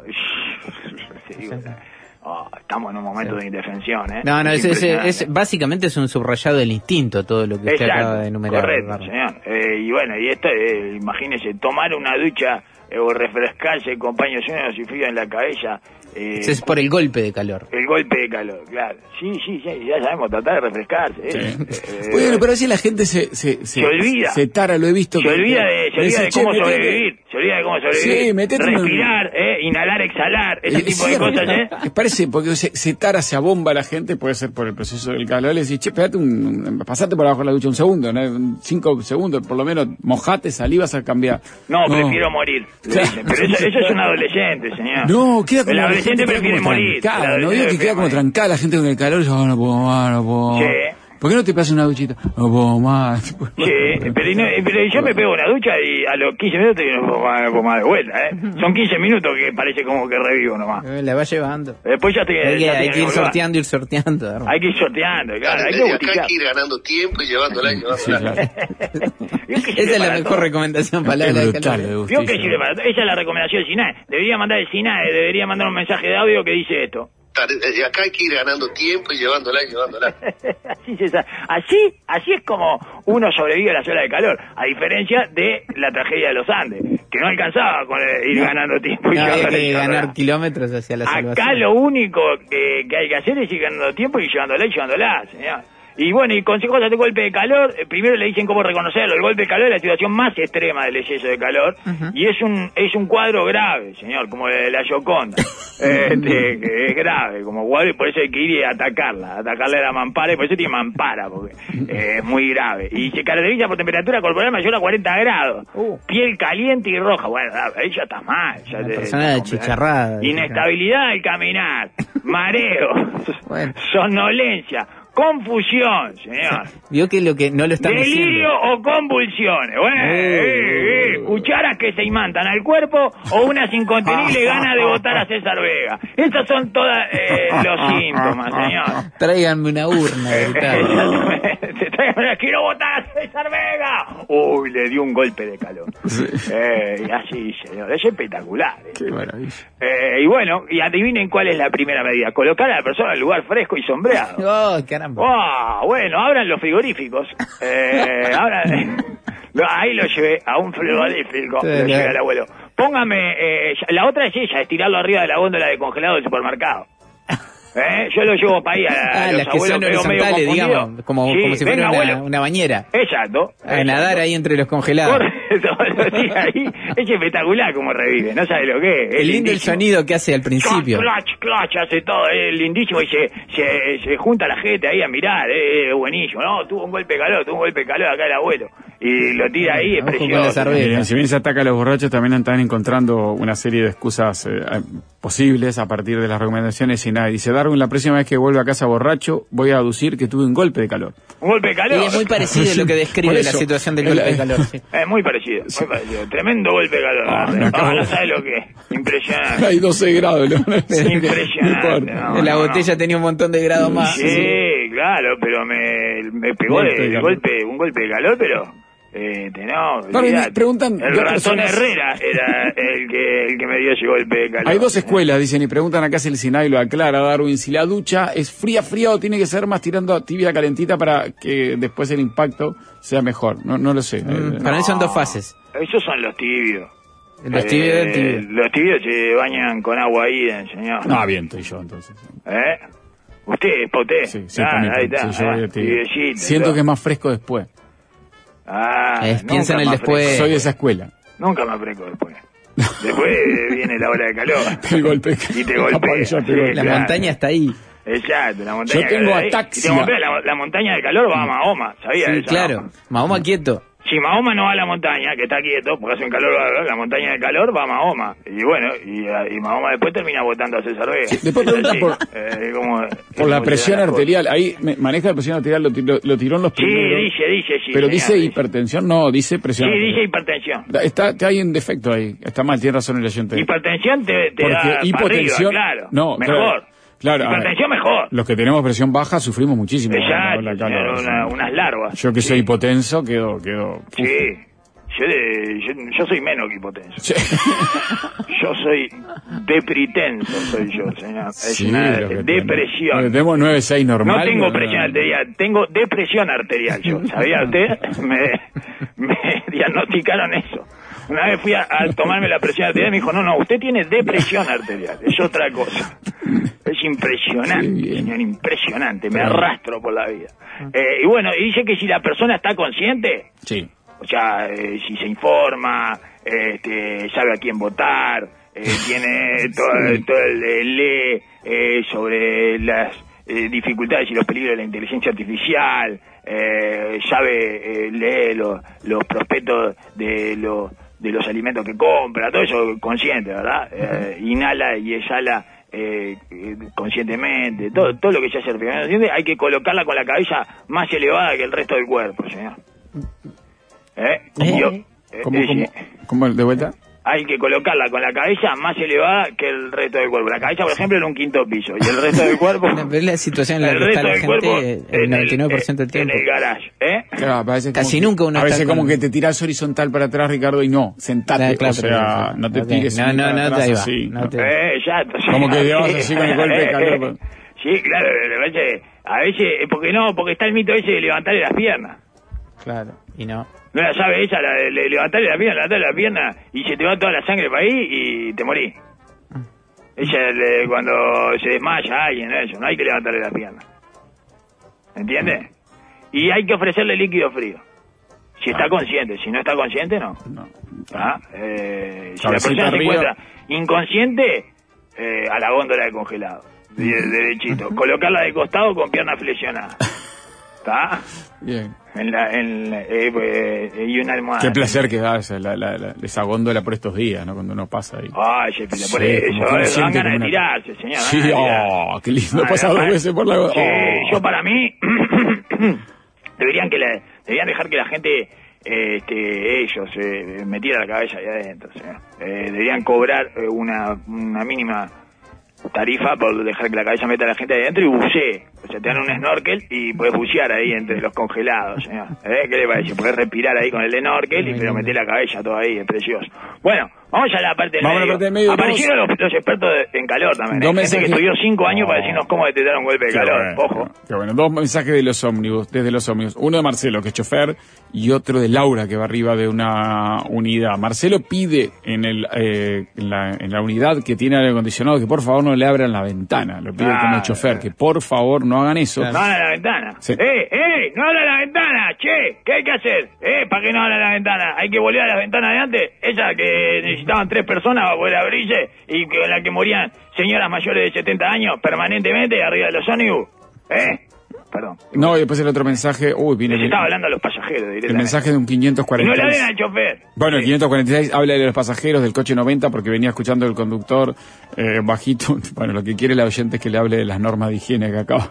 Sí, digo, oh, estamos en un momento sí. de indefensión, ¿eh? No, no, es, es, es, básicamente es un subrayado del instinto todo lo que usted Exacto, acaba de enumerar. Correcto, señor. Eh, y bueno, y esto, eh, imagínese, tomar una ducha eh, o refrescarse con paños húmedos y frío en la cabeza. Eh, Eso es por el golpe de calor. El golpe de calor, claro. Sí, sí, sí, ya sabemos, tratar de refrescarse. ¿eh? Sí. Eh, bueno, pero así la gente se... Se, se, se olvida. Se tara, lo he visto. Se olvida de, se olvida de cómo metete, sobrevivir. Se olvida de cómo sobrevivir. Sí, metete respirar, un... eh, inhalar, exhalar, ese eh, tipo sí, de cosas, ¿eh? Me parece, porque se, se tara, se abomba la gente, puede ser por el proceso del calor. Le decís, che, espérate, un, pasate por abajo de la ducha un segundo, ¿no? Cinco segundos, por lo menos, mojate, salí, vas a cambiar. No, no. prefiero morir. Claro. Pero eso, eso es un adolescente, señor. No, queda como... El adolescente prefiere morir. Claro, no digo que queda como trancada la gente con el calor y dice, oh, no puedo más, no puedo más. Sí. ¿Por qué no te pasas una duchita? No puedo más. Sí, pero, no, pero yo me pego una ducha y a los quince minutos no puedo más, no puedo más de vuelta, ¿eh? Son quince minutos que parece como que revivo nomás. La va llevando. Después ya te... Hay que, ya hay que ir sorteando, ir sorteando. Hermano. Hay que ir sorteando, claro. claro hay que acá hay que ir ganando tiempo y llevándola y llevándola. Sí, claro. Esa es la mejor todo. recomendación para la de calor. ¿Vio que sirve para todo? Esa es la recomendación del SINAE. Debería mandar el SINAE, debería mandar un mensaje de audio que dice esto. Acá hay que ir ganando tiempo y llevándola y llevándola. así, se así, así es como uno sobrevive a la ola de calor, a diferencia de la tragedia de los Andes, que no alcanzaba con ir no, ganando tiempo y no, llevándola. Hay que ganar kilómetros hacia la salvación. Acá lo único que, que hay que hacer es ir ganando tiempo y llevándola y llevándola, señor. Y bueno, y consejos ante golpe de calor, eh, primero le dicen cómo reconocerlo. El golpe de calor es la situación más extrema del exceso de calor, uh-huh. y es un es un cuadro grave, señor, como el de la Gioconda. este, que es grave, como cuadro, y por eso hay que ir y atacarla, atacarle a la mampara, y por eso tiene mampara, porque eh, es muy grave. Y se caracteriza por temperatura corporal mayor a cuarenta grados, uh. piel caliente y roja. Bueno, ahí ya está mal. Ya una te, persona de chicharrada. Inestabilidad al caminar, mareo, bueno. somnolencia, confusión, señor. Vio que lo que no lo están diciendo. Delirio o convulsiones. Bueno, eh, eh, eh. Cucharas que se imantan al cuerpo o unas incontenibles ganas de votar a César Vega. Estos son todos eh, los síntomas, señor. Tráiganme una urna. Tráiganme, quiero votar a César Vega. Uy, le dio un golpe de calor. Sí. Eh, y así, señor. Es espectacular. ¿eh? Qué maravilla. Eh, y bueno, y adivinen cuál es la primera medida. Colocar a la persona en lugar fresco y sombreado. Oh, caramba. Oh, bueno, abran los frigoríficos. Eh, abran, ahí lo llevé a un frigorífico. Sí, lo llevé al abuelo. Póngame, eh, la otra es ella, estirarlo arriba de la góndola de congelado del supermercado. ¿Eh? Yo lo llevo para ahí a, ah, a los las que abuelos son que medio horizontales, digamos, como, sí, como si venga, fuera una, abuelo. una bañera. Exacto. A exacto. nadar ahí entre los congelados. Correcto, sí, ahí. Es espectacular como revive, no sabe lo que es. Es lindo el sonido que hace al principio. Clutch, clutch, hace todo, es lindísimo y se, se, se junta la gente ahí a mirar, es, es buenísimo. No, tuvo un golpe de calor, tuvo un golpe de calor acá el abuelo. Y lo tira ahí, es precioso. Eh, si bien se ataca a los borrachos, también están encontrando una serie de excusas eh, posibles a partir de las recomendaciones y nada. Dice Darwin, la próxima vez que vuelva a casa borracho, voy a aducir que tuve un golpe de calor. ¿Un golpe de calor? Y es muy parecido a lo que describe la situación del golpe de calor. Sí. Es muy parecido, muy parecido. Tremendo golpe de calor. Ah, no, ah, no sabe lo que es. Impresionante. Hay doce grados. ¿No? Impresionante. No, la no, botella no. tenía un montón de grados más. Sí, sí. Claro, pero me, me pegó golpe de, de golpe, un golpe de calor, pero... Eh, no, me preguntan, el ratón Herrera era el que, el que me dio ese golpe de calor. Hay dos escuelas, dicen, y preguntan acá si el SINAE lo aclara, Darwin, si la ducha es fría, fría o tiene que ser más tirando a tibia, calentita para que después el impacto sea mejor. No, no lo sé. Mm, eh, para no. mí son dos fases. Esos son los tibios. Los tibios, eh, tibios. Los tibios se bañan con agua ahí, señor. No, bien, estoy yo entonces. ¿Eh? ¿Usted es poté? Sí, sí, ah, también, ahí está. Sí, yo voy a tibio. Siento todo. que es más fresco después. Ah, es, piensa en el después. Fresco. Soy de esa escuela. Nunca me fresco después. Después viene la hora de calor. El golpe. Y te golpea. Sí, la claro. montaña está ahí. Exacto, la montaña. Yo tengo ataxia. Si te la, la montaña de calor va a Mahoma, ¿sabías? Sí, eso, claro. ¿no? Mahoma quieto. Si Mahoma no va a la montaña, que está quieto, porque hace un calor, la montaña de calor, va a Mahoma. Y bueno, y, y Mahoma después termina votando a César Vega. Sí, después preguntan por, eh, como, por la presión arterial. Ahí me, maneja la presión arterial, lo, lo, lo tiró en los primeros. Sí, dice, dice, sí. Pero señor, dice dice hipertensión, no, dice presión Sí, arterial. dice hipertensión. Está, está hay un defecto ahí, está mal, tiene razón el oyente. Hipertensión te, te Porque da hipotensión, para arriba, claro. no, mejor. Claro. Claro, hipertensión mejor. Los que tenemos presión baja sufrimos muchísimo. Exacto, la calor, una, unas larvas. Yo que sí. soy hipotenso, quedo... quedo sí, yo, de, yo, yo soy menos que hipotenso. Sí. Yo soy depritenso, soy yo, señor. Es Sí, una lo que depresión. Tenemos, tenemos nueve seis normal. No tengo pero presión no. arterial, tengo depresión arterial yo. ¿Sabía usted? Me, me diagnosticaron eso. Una vez fui a, a tomarme la presión arterial y me dijo, no, no, usted tiene depresión arterial, es otra cosa. Es impresionante, Sí, señor, impresionante, me arrastro por la vida. Eh, y bueno, y dice que si la persona está consciente, Sí. o sea, eh, si se informa, este, sabe a quién votar, eh, tiene todo, Sí. todo el, el lee eh, sobre las eh, dificultades y los peligros de la inteligencia artificial, eh, sabe, eh, lee lo, los prospectos de los de los alimentos que compra, todo eso consciente, ¿verdad? Eh, inhala y exhala eh, eh, conscientemente, todo todo lo que se hace consciente, hay que colocarla con la cabeza más elevada que el resto del cuerpo, señor. ¿Eh? ¿Eh? Yo, ¿Cómo, eh, cómo, sí. cómo, de vuelta? Hay que colocarla con la cabeza más elevada que el resto del cuerpo. La cabeza, por ejemplo, en un quinto piso y el resto del cuerpo... No, pero es la situación en la el que está resto la del gente cuerpo el noventa y nueve por ciento del en tiempo. el garage, ¿eh? Claro, a veces Casi como que- nunca uno A veces está como con- que te tiras horizontal para atrás, Ricardo, y no, sentate, Ah, claro, o sea, pero- no te ok. tires No, para no, no, atrás te ahí va, así. no no. te- Eh, exacto. sí. Como que llevas así con el golpe de calor, pues. Sí, claro, a veces, a veces, porque no, porque está el mito ese de levantarle las piernas. Claro, y no. No la sabe esa, la de le- levantarle la pierna, levantarle la pierna y se te va toda la sangre para ahí y te morís. Ella le- cuando se desmaya alguien, eso, no hay que levantarle la pierna. ¿Entiendes? Y hay que ofrecerle líquido frío. Si está consciente, si no está consciente, no. No. ¿Ah? Eh, si la Cabecita persona se arriba. encuentra inconsciente, eh, a la góndola de congelado. De- derechito. Colocarla de costado con pierna flexionada. ¿Está? Bien. En la, en la- eh, pues, y una almohada. Qué placer que da esa, la, la, la, esa góndola por estos días, ¿no? Cuando uno pasa ahí. Ay, se pila por Sí, eso. como que uno eh, dan siente ganas de como una- tirarse, señor. Sí, dan ganas de oh, tirarse. qué lindo Ah, pasar la- dos veces por la góndola. Sí, Oh. yo para mí deberían que la, deberían dejar que la gente eh, este, ellos eh, metiera la cabeza ahí adentro, señor. Eh, deberían cobrar eh, una, una mínima tarifa por dejar que la cabeza meta a la gente ahí adentro y bucee. O sea, te dan un snorkel y puedes bucear ahí entre los congelados, señor. ¿Eh? ¿Qué le parece? Podés respirar ahí con el snorkel y pero meter la cabeza todo ahí, es precioso. Bueno, vamos a la parte del Vamos a la medio. parte del medio. Aparecieron los, los expertos de- en calor también. Dos Hay gente mensajes. que estudió cinco años para Oh. decirnos cómo detectar un golpe de Qué calor. bueno, Ojo. qué bueno. Dos mensajes de los ómnibus, desde los ómnibus. Uno de Marcelo, que es chofer, y otro de Laura, que va arriba de una unidad. Marcelo pide en, el, eh, en, la, en la unidad que tiene aire acondicionado que por favor no le abran la ventana. Lo pide Ah, como chofer, que por favor no hagan eso. No abra la ventana. Sí. ¡Eh, eh! ¡No abra la ventana! Che, ¿qué hay que hacer? ¿Eh? ¿Para qué no abra la ventana? Hay que volver a las ventanas de antes. Esa que necesitaban tres personas para poder abrirse y que en la que morían señoras mayores de setenta años permanentemente arriba de los ómnibus. ¿Eh? Perdón. No, y después el otro mensaje. Uy, viene Les bien. estaba hablando a los pasajeros El directamente. mensaje de un Y no quinientos cuarenta y le seis. hablen al chofer. Bueno, el Sí. quinientos cuarenta y seis habla de los pasajeros del coche noventa porque venía escuchando el conductor eh, bajito. Bueno, lo que quiere la oyente es que le hable de las normas de higiene que acaba.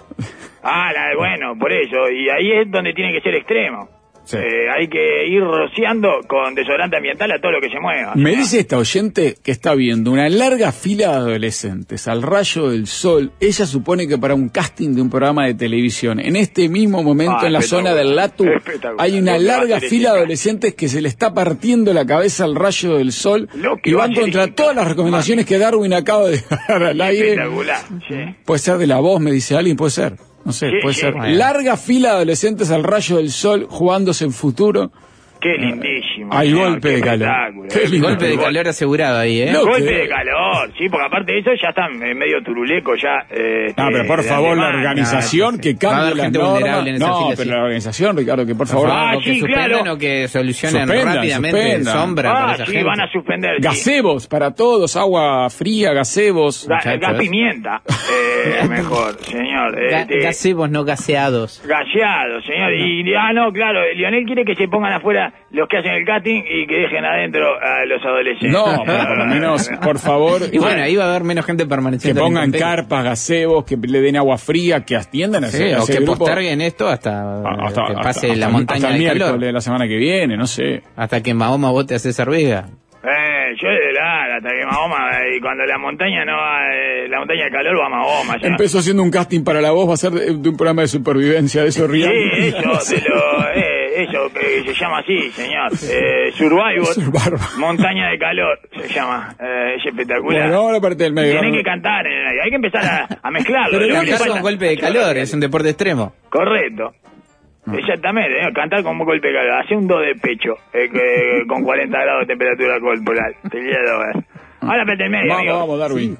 Ah, la, bueno, por eso. Y ahí es donde tiene que ser extremo. Sí. Eh, hay que ir rociando con desodorante ambiental a todo lo que se mueva. Me dice esta oyente que está viendo una larga fila de adolescentes al rayo del sol. Ella supone que para un casting de un programa de televisión. En este mismo momento, Ah, en la zona espectacular, del Latu, espectacular. hay una Lo que va a larga hacer fila ese de casting. adolescentes que se le está partiendo la cabeza al rayo del sol Lo que y va a van hacer contra ese todas las casting. recomendaciones que Darwin acaba de dar al aire. Espectacular, sí. Puede ser de La Voz, me dice alguien, puede ser. No sé, Sí, puede sí. ser. Bueno. Larga fila de adolescentes al rayo del sol jugándose en futuro. Qué lindísimo. Hay señor, golpe qué de calor. espectáculo. Qué lindo. Golpe de calor asegurado ahí, ¿eh? No, Golpe que- de calor, sí, porque aparte de eso ya están eh, medio turuleco ya. Eh, No, pero por de favor, la antemano. organización Ah, que sí. Va a cambie haber las gente normas. vulnerable en esa No, fila, pero sí. la organización, Ricardo, que por favor... Ah, o que sí, suspendan claro. o que solucionen Suspendan, rápidamente suspendan. sombra para Ah, esa sí, gente. van a suspender. sí. Gazebos para todos, agua fría, gazebos. Ga- muchachos. gas pimienta, eh, mejor, señor. Ga- Este, Gazebos, no gaseados. Gaseado, señor. Y, ah, no, claro, Lionel quiere que se pongan afuera los que hacen el cutting y que dejen adentro a los adolescentes. No, pero por lo menos, por favor, Y bueno, ahí va a haber menos gente que permaneciendo. en la pongan intemperie. carpas, gazebos, que le den agua fría, que atiendan a Sí, ese, a o ese que grupo. posterguen esto hasta, Ah, hasta- que hasta- pase hasta- la montaña hasta el de calor. miércoles de la semana que viene, no sé. Hasta que Mahoma bote a César Vega. Eh, yo de la hasta que Mahoma, eh, y cuando la montaña no va, eh, la montaña de calor va a Mahoma ya. Empezó haciendo un casting para la voz, va a ser de, de un programa de supervivencia de esos Sí, reality. eso, de lo, eh, eso que se llama así, señor. Eh, Survivor, Survivor. montaña de calor, se llama. Eh, es espectacular. Bueno, ahora parte del medio. Tienen que cantar, en el- hay que empezar a, a mezclarlo. Pero lo no que le cantar falta- con golpe de calor, es un deporte extremo. Correcto. Exactamente, ¿eh? Cantar con un golpe de calor. Hace un do de pecho eh, que- con cuarenta grados de temperatura corporal. Te quiero ver. Ahora pete el medio, Vamos, amigo. vamos, Darwin.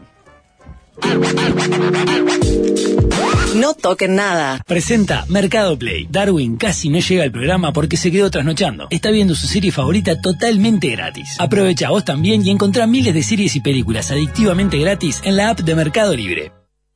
No toquen nada. Presenta Mercado Play. Darwin casi no llega al programa porque se quedó trasnochando. Está viendo su serie favorita totalmente gratis. Aprovecha vos también y encontrá miles de series y películas adictivamente gratis en la app de Mercado Libre.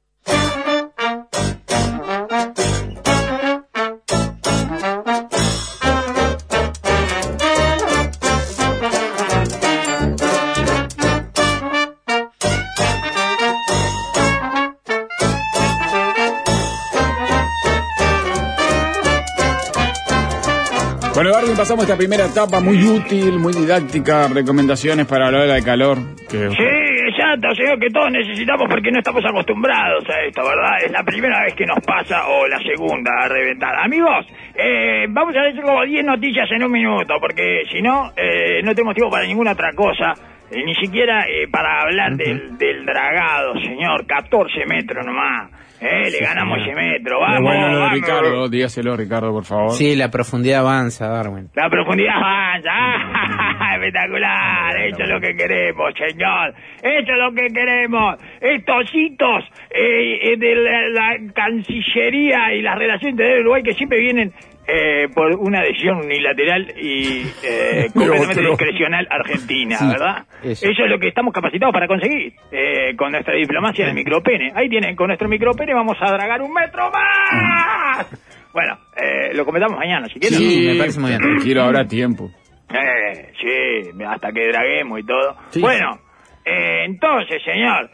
Bueno, Darwin, pasamos esta primera etapa muy útil, muy didáctica, recomendaciones para la ola de calor. Que... Sí, exacto, señor, que todos necesitamos porque no estamos acostumbrados a esto, ¿verdad? Es la primera vez que nos pasa, o la segunda, a reventar. Amigos, eh, vamos a decir como diez noticias en un minuto, porque si no, eh, no tenemos tiempo para ninguna otra cosa. Eh, ni siquiera eh, para hablar del, del dragado, señor, catorce metros nomás. Eh, le ganamos ese metro, Pero vamos, bueno, lo de vamos. Ricardo, dígaselo, Ricardo, por favor. Sí, la profundidad avanza, Darwin. La profundidad avanza. ¡Ah! Espectacular. Eso es lo que queremos, señor. Eso es lo que queremos. Estos hitos eh, eh, de la, la Cancillería y las relaciones de Uruguay que siempre vienen eh, por una decisión unilateral y eh, completamente otro. discrecional argentina, Sí, ¿verdad? eso. Eso es lo que estamos capacitados para conseguir eh, con nuestra diplomacia del micropene. Ahí tienen, con nuestro micropene vamos a dragar un metro más. Bueno, eh, lo comentamos mañana, si quieren. Sí, me parece muy bien. Tranquilo, habrá tiempo. Eh, sí, hasta que draguemos y todo. Sí. Bueno, eh, entonces, señor,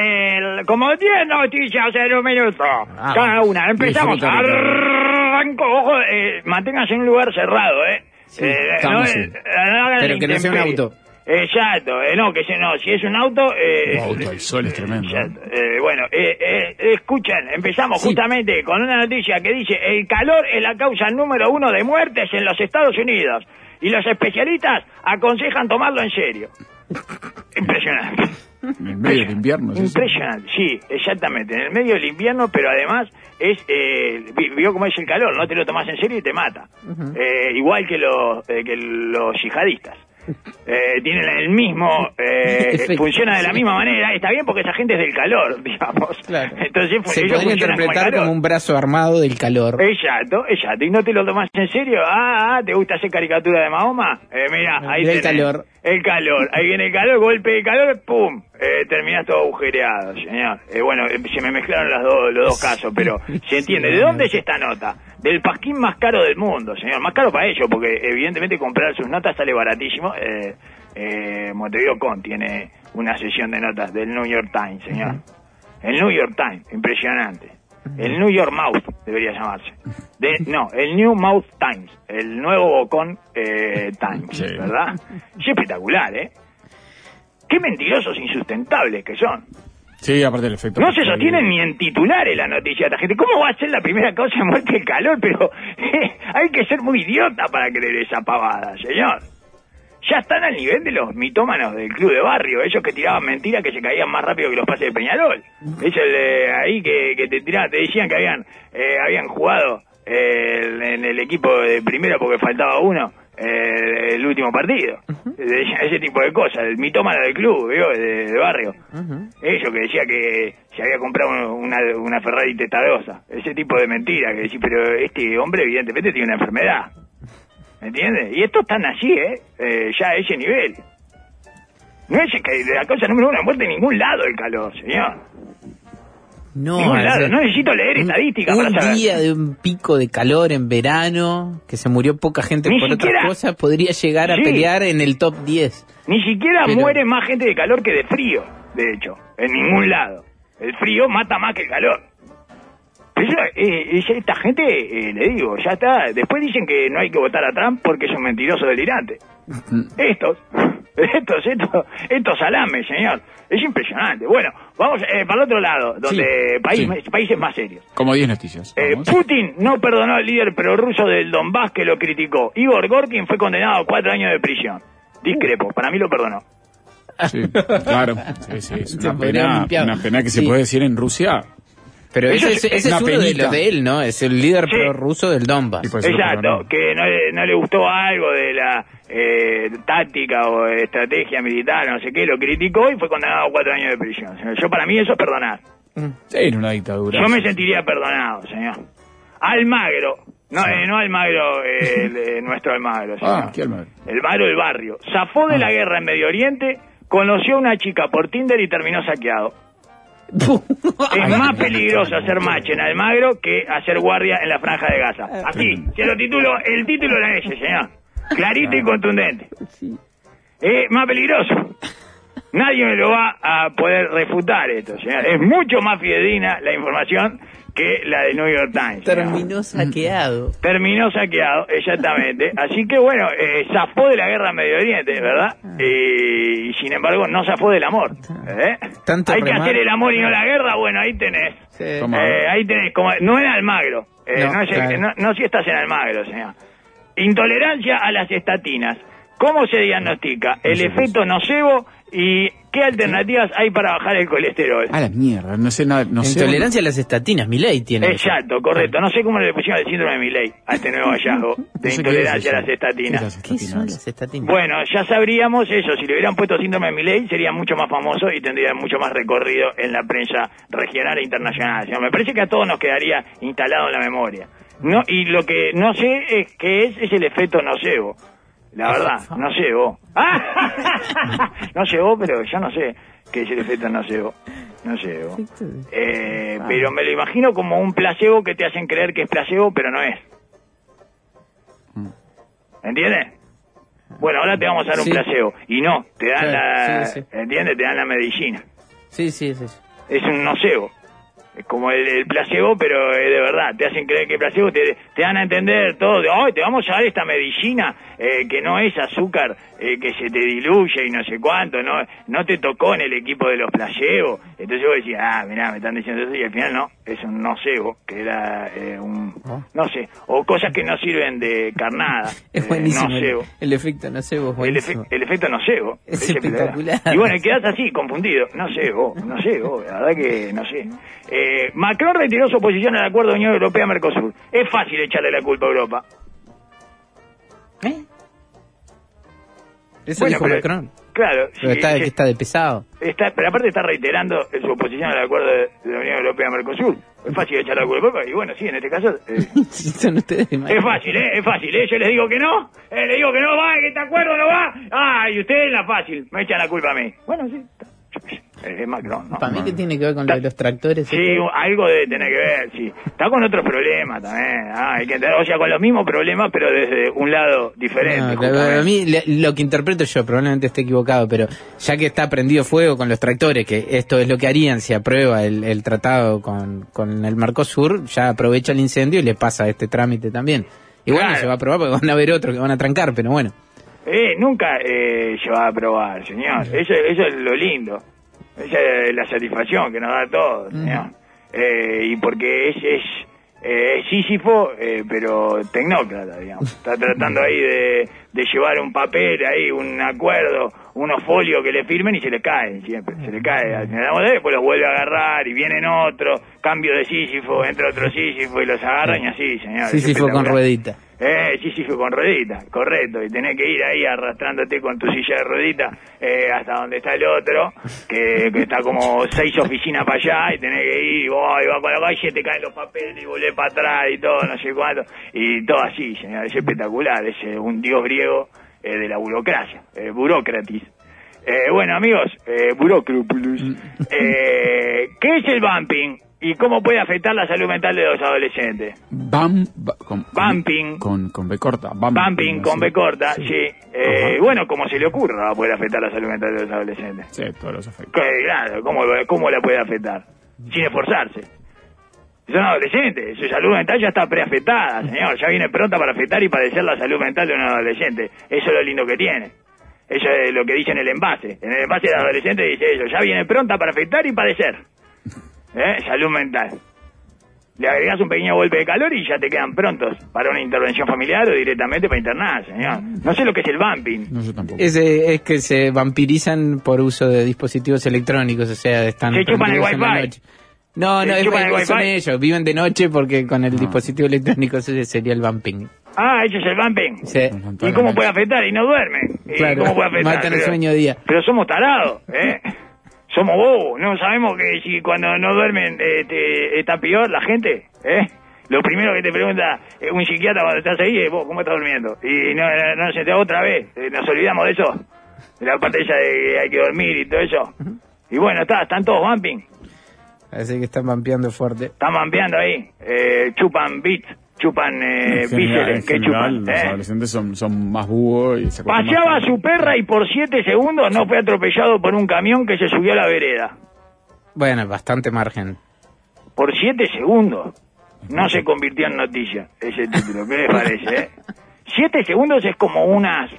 el- como diez noticias en un minuto, Ah, cada una. Empezamos. disfruta, Ricardo. Arranco, ojo, eh, manténganse en un lugar cerrado, ¿eh? Sí, eh estamos, no, sí. eh, no hagan Pero la que no sea un intemperie. auto. Exacto, eh, no, que se, no, si es un auto... Eh, Un auto, el sol es tremendo. Exacto. Eh, bueno, eh, eh, escuchen, empezamos Sí. justamente con una noticia que dice: el calor es la causa número uno de muertes en los Estados Unidos y los especialistas aconsejan tomarlo en serio. Impresionante. En el medio del invierno. ¿sí? Impresionante, sí, exactamente, en el medio del invierno, pero además es, eh, vi- vio cómo es el calor, no te lo tomas en serio y te mata. Eh, igual que los, eh, que los yihadistas. Eh, tienen el mismo, eh, Efecto, funciona de la sí. misma manera, está bien porque esa gente es del calor, digamos. Claro. Entonces fu- Se ellos podría funcionan interpretar el calor. como un brazo armado del calor. Exacto, exacto. ¿Y no te lo tomas en serio? Ah, ah, ¿te gusta hacer caricatura de Mahoma? Eh, mira, ahí Mira el tenés. calor. El calor. Ahí viene el calor, golpe de calor, ¡pum! Eh, terminás todo agujereado, señor. Eh, bueno, eh, se me mezclaron las dos, los dos casos, pero se entiende. ¿De dónde es esta nota? Del pasquín más caro del mundo, señor. Más caro para ellos, porque evidentemente comprar sus notas sale baratísimo. Eh, eh, Montevideo Con tiene una sesión de notas del New York Times, señor. El New York Times, impresionante. El New York Mouth debería llamarse. De, no, el New Mouth Times, el nuevo Bocón eh, Times, Sí. ¿verdad? Es espectacular, ¿eh? Qué mentirosos insustentables que son. Sí, aparte del efecto. No se sostienen ni en titulares la noticia de la gente. ¿Cómo va a ser la primera causa de muerte el calor? Pero eh, hay que ser muy idiota para creer esa pavada, señor. Ya están al nivel de los mitómanos del club de barrio, ellos que tiraban mentiras que se caían más rápido que los pases de Peñarol. Ellos eh, ahí que, que te tiraban, te decían que habían eh, habían jugado eh, en el equipo de primera porque faltaba uno, eh, el último partido. Uh-huh. Ese tipo de cosas, el mitómano del club, ¿vio? De, de barrio. Uh-huh. Eso que decía que se había comprado una, una Ferrari testarosa. Ese tipo de mentira que decía, pero este hombre evidentemente tiene una enfermedad. ¿Me entiendes? Y estos están así, ¿eh? eh ya a ese nivel. No es que la cosa número uno, muerte en ningún lado el calor, señor. No, ningún lado. No necesito leer un, estadísticas un para saber. Un día de un pico de calor en verano, que se murió poca gente Ni por siquiera, otras cosas, podría llegar a sí, pelear en el top diez. Ni siquiera pero... muere más gente de calor que de frío, de hecho, en ningún lado. El frío mata más que el calor. Pero eso, eh, esta gente, eh, le digo, ya está. Después dicen que no hay que votar a Trump porque es un mentiroso delirante. Estos, estos, estos, estos salames, señor. Es impresionante. Bueno, vamos eh, para el otro lado, donde sí, país, sí. países más serios. Como diez noticias. Eh, Putin no perdonó al líder prorruso del Donbass que lo criticó. Igor Gorkin fue condenado a cuatro años de prisión. Discrepo, para mí lo perdonó. Sí, claro. Sí, sí, es una pena, una pena que se sí. puede decir en Rusia. Pero ese, ese, ese es, es uno de los de él, ¿no? Es el líder sí. prorruso del Donbass. Exacto, que no le, no le gustó algo de la eh, táctica o estrategia militar, no sé qué, lo criticó y fue condenado a cuatro años de prisión. Yo, para mí, eso es perdonar. Sí, en una dictadura. Yo me sentiría perdonado, señor. Almagro, no, sí. eh, no Almagro, eh, el, eh, nuestro Almagro, señor. Ah, ¿qué Almagro? El Almagro del barrio. Zafó de ah. la guerra en Medio Oriente, conoció a una chica por Tinder y terminó saqueado. Es más peligroso hacer match en Almagro que hacer guardia en la Franja de Gaza. Así, se lo titulo, el título era ese, señor. Clarito y contundente. Es más peligroso. Nadie me lo va a poder refutar esto, señor. Es mucho más fidedigna la información que la de New York Times. Terminó saqueado. Terminó saqueado, exactamente. Así que bueno, eh, zafó de la guerra en Medio Oriente, ¿verdad? Eh, y sin embargo no zafó del amor. ¿eh? Tanto Hay que remar... hacer el amor y no la guerra, bueno, ahí tenés. Sí. Eh, ahí tenés, como, no en Almagro. Eh, no, no, es, claro. no, no si estás en Almagro, señor. Intolerancia a las estatinas. ¿Cómo se diagnostica? El efecto nocebo y qué alternativas hay para bajar el colesterol. A la mierda, no sé nada. No Intolerancia sé. a las estatinas, Milei tiene. Exacto, eso. correcto. No sé cómo le pusieron el síndrome de Milei a este nuevo hallazgo de no sé intolerancia a las estatinas. las estatinas. ¿Qué son las estatinas? Bueno, ya sabríamos eso. Si le hubieran puesto síndrome de Milei, sería mucho más famoso y tendría mucho más recorrido en la prensa regional e internacional. O sea, me parece que a todos nos quedaría instalado en la memoria. No, y lo que no sé es qué es, es el efecto nocebo. La verdad, no llegó. No llegó, pero yo no sé qué es el efecto nocebo. No llegó. Eh, pero me lo imagino como un placebo que te hacen creer que es placebo, pero no es. ¿Entiendes? Bueno, ahora te vamos a dar sí. un placebo. Y no, te dan claro, la... Sí, sí. ¿Entiendes? Te dan la medicina. Sí, sí, sí. Es un nocebo. Es como el, el placebo, pero eh, de verdad, te hacen creer que es placebo, te, te dan a entender todo, de, oh, te vamos a dar esta medicina eh, que no es azúcar, eh, que se te diluye y no sé cuánto, no no te tocó en el equipo de los placebos. Entonces yo decía, ah, mirá, me están diciendo eso, y al final no, es un nocebo, que era eh, un, no sé, o cosas que no sirven de carnada. Es buenísimo, eh, el, el efecto nocebo es buenísimo. El, efe, el efecto nocebo. Es, es espectacular. Y bueno, quedás así, confundido, no sé, vos, no sé, vos, la verdad que no sé. Eh, Macron retiró su oposición al acuerdo Unión Europea-Mercosur. Es fácil echarle la culpa a Europa. ¿Eh? Eso bueno, dijo pero, Macron. Claro. Pero sí, está, sí, que está de pesado. Está, pero aparte está reiterando su oposición al acuerdo de, de la Unión Europea-Mercosur. Es fácil echar la culpa a Europa. Y bueno, sí, en este caso... Eh, Son ustedes, es fácil, ¿eh? Es fácil, ¿eh? Yo les digo que no. Eh, les digo que no va, que este acuerdo no va. Ah, y ustedes la fácil. Me echan la culpa a mí. Bueno, sí. Es Macron, ¿no? Para mí que tiene que ver con lo de los tractores. Sí, ¿sí? Algo debe tener que ver, sí. Está con otros problemas también. Ah, hay que entender, o sea, con los mismos problemas, pero desde un lado diferente. No, a mí lo que interpreto yo, probablemente esté equivocado, pero ya que está prendido fuego con los tractores, que esto es lo que harían si aprueba el, el tratado con, con el Mercosur, ya aprovecha el incendio y le pasa este trámite también. Y claro, bueno, se va a aprobar porque van a haber otros que van a trancar, pero bueno. Eh, nunca eh, se va a aprobar, señor. Eso, eso es lo lindo. Esa es la satisfacción que nos da a todos, señor. Mm. Eh, y porque es, es eh, Sísifo, eh, pero tecnócrata, digamos. Está tratando ahí de, de llevar un papel, ahí un acuerdo, unos folios que le firmen y se le caen siempre. Se le cae al final, después los vuelve a agarrar y vienen otros, cambio de Sísifo, entra otro Sísifo y los agarran y así, señor. Sísifo con ruedita. Eh, sí, sí, con ruedita, correcto. Y tenés que ir ahí arrastrándote con tu silla de ruedita eh, hasta donde está el otro, que, que está como seis oficinas para allá, y tenés que ir, y vos, y vas con la calle, te caen los papeles y volvés para atrás y todo, no sé cuánto. Y todo así, señor, es espectacular, es eh, un dios griego eh, de la burocracia, eh, burócratis. Eh, bueno, amigos, eh, burócratis, eh, ¿qué es el bumping? ¿Y cómo puede afectar la salud mental de los adolescentes? Bam, ba, con, Bumping. Con, con B corta. Bam, Bumping con B corta, sí. sí. Eh, Ajá. bueno, como se le ocurra, va a poder afectar la salud mental de los adolescentes. Sí, todos los efectos. Que, claro, ¿cómo, ¿cómo la puede afectar? Sin esforzarse. Son adolescentes, su salud mental ya está preafectada, señor. Ya viene pronta para afectar y padecer la salud mental de un adolescente. Eso es lo lindo que tiene. Eso es lo que dice en el envase. En el envase del adolescente dice eso. Ya viene pronta para afectar y padecer. ¿Eh? Salud mental. Le agregás un pequeño golpe de calor y ya te quedan prontos para una intervención familiar o directamente para internar, señor. No sé lo que es el bumping. No, yo tampoco. Es, eh, es que se vampirizan por uso de dispositivos electrónicos, o sea, están Se chupan el prendidos en la wifi. noche. No, no, Se es, chupan el es- son wifi. ellos, viven de noche porque con el No. dispositivo electrónico ese sería el bumping. Ah, eso es el bumping. Sí. ¿Y cómo puede afectar? Y no duermen. ¿Y Claro, cómo puede afectar? matan el Pero- sueño día. Pero somos tarados, ¿eh? Somos bobos. No sabemos que si cuando no duermen este, está peor la gente, ¿eh? Lo primero que te pregunta eh, un psiquiatra cuando estás ahí es, vos, ¿cómo estás durmiendo? Y no, no, no se te da otra vez. Eh, Nos olvidamos de eso. De la parte esa de que hay que dormir y todo eso. Y bueno, está, están todos bumping. Así que están vampeando fuerte. Están vampeando ahí. Eh, chupan bits. Chupan eh, En general, bíceres. en ¿Qué general, chupan? los ¿Eh? adolescentes son, son más búhos y se acuestan más Paseaba a tarde. su perra y por siete segundos no fue atropellado por un camión que se subió a la vereda. Bueno, bastante margen. Por siete segundos. No se convirtió en noticia ese título. ¿Qué les parece, eh? Siete segundos es como unas...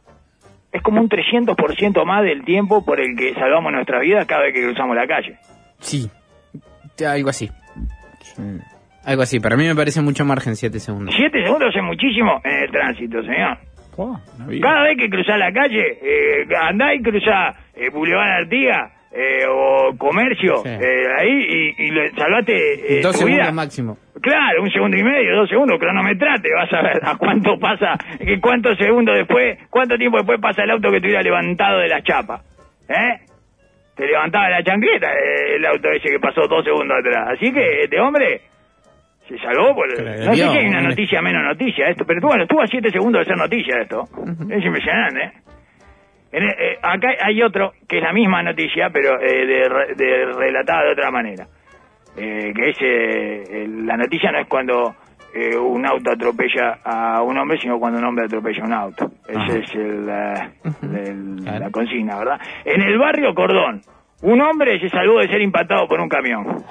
Es como un trescientos por ciento más del tiempo por el que salvamos nuestra vida cada vez que cruzamos la calle. Sí, algo así. Sí. Algo así, para mí me parece mucho margen siete segundos. Siete segundos es muchísimo en el tránsito, señor. Oh, una vida. Cada vez que cruzás la calle, eh, andá y cruzá eh, Boulevard Artigas eh, o Comercio, Sí. eh, ahí, y, y le salvaste eh, Dos tu vida. segundos máximo. Claro, un segundo y medio, dos segundos, cronometrate, vas a ver a cuánto pasa, que cuántos segundos después, cuánto tiempo después pasa el auto que te hubiera levantado de la chapa, ¿eh? Te levantaba de la chancleta eh, el auto ese que pasó dos segundos atrás. Así que este hombre se salvó por... Claro, No sé Dios, si hay una hombre. noticia menos noticia esto, pero bueno, estuvo a siete segundos de ser noticia esto. Es impresionante, ¿eh? En, eh, acá hay otro que es la misma noticia, pero eh, de, re- de relatada de otra manera. Eh, que es eh, el- la noticia no es cuando eh, un auto atropella a un hombre, sino cuando un hombre atropella a un auto. Esa Ajá. es el, eh, el- Claro. la consigna, ¿verdad? En el barrio Cordón, un hombre se salvó de ser impactado por un camión.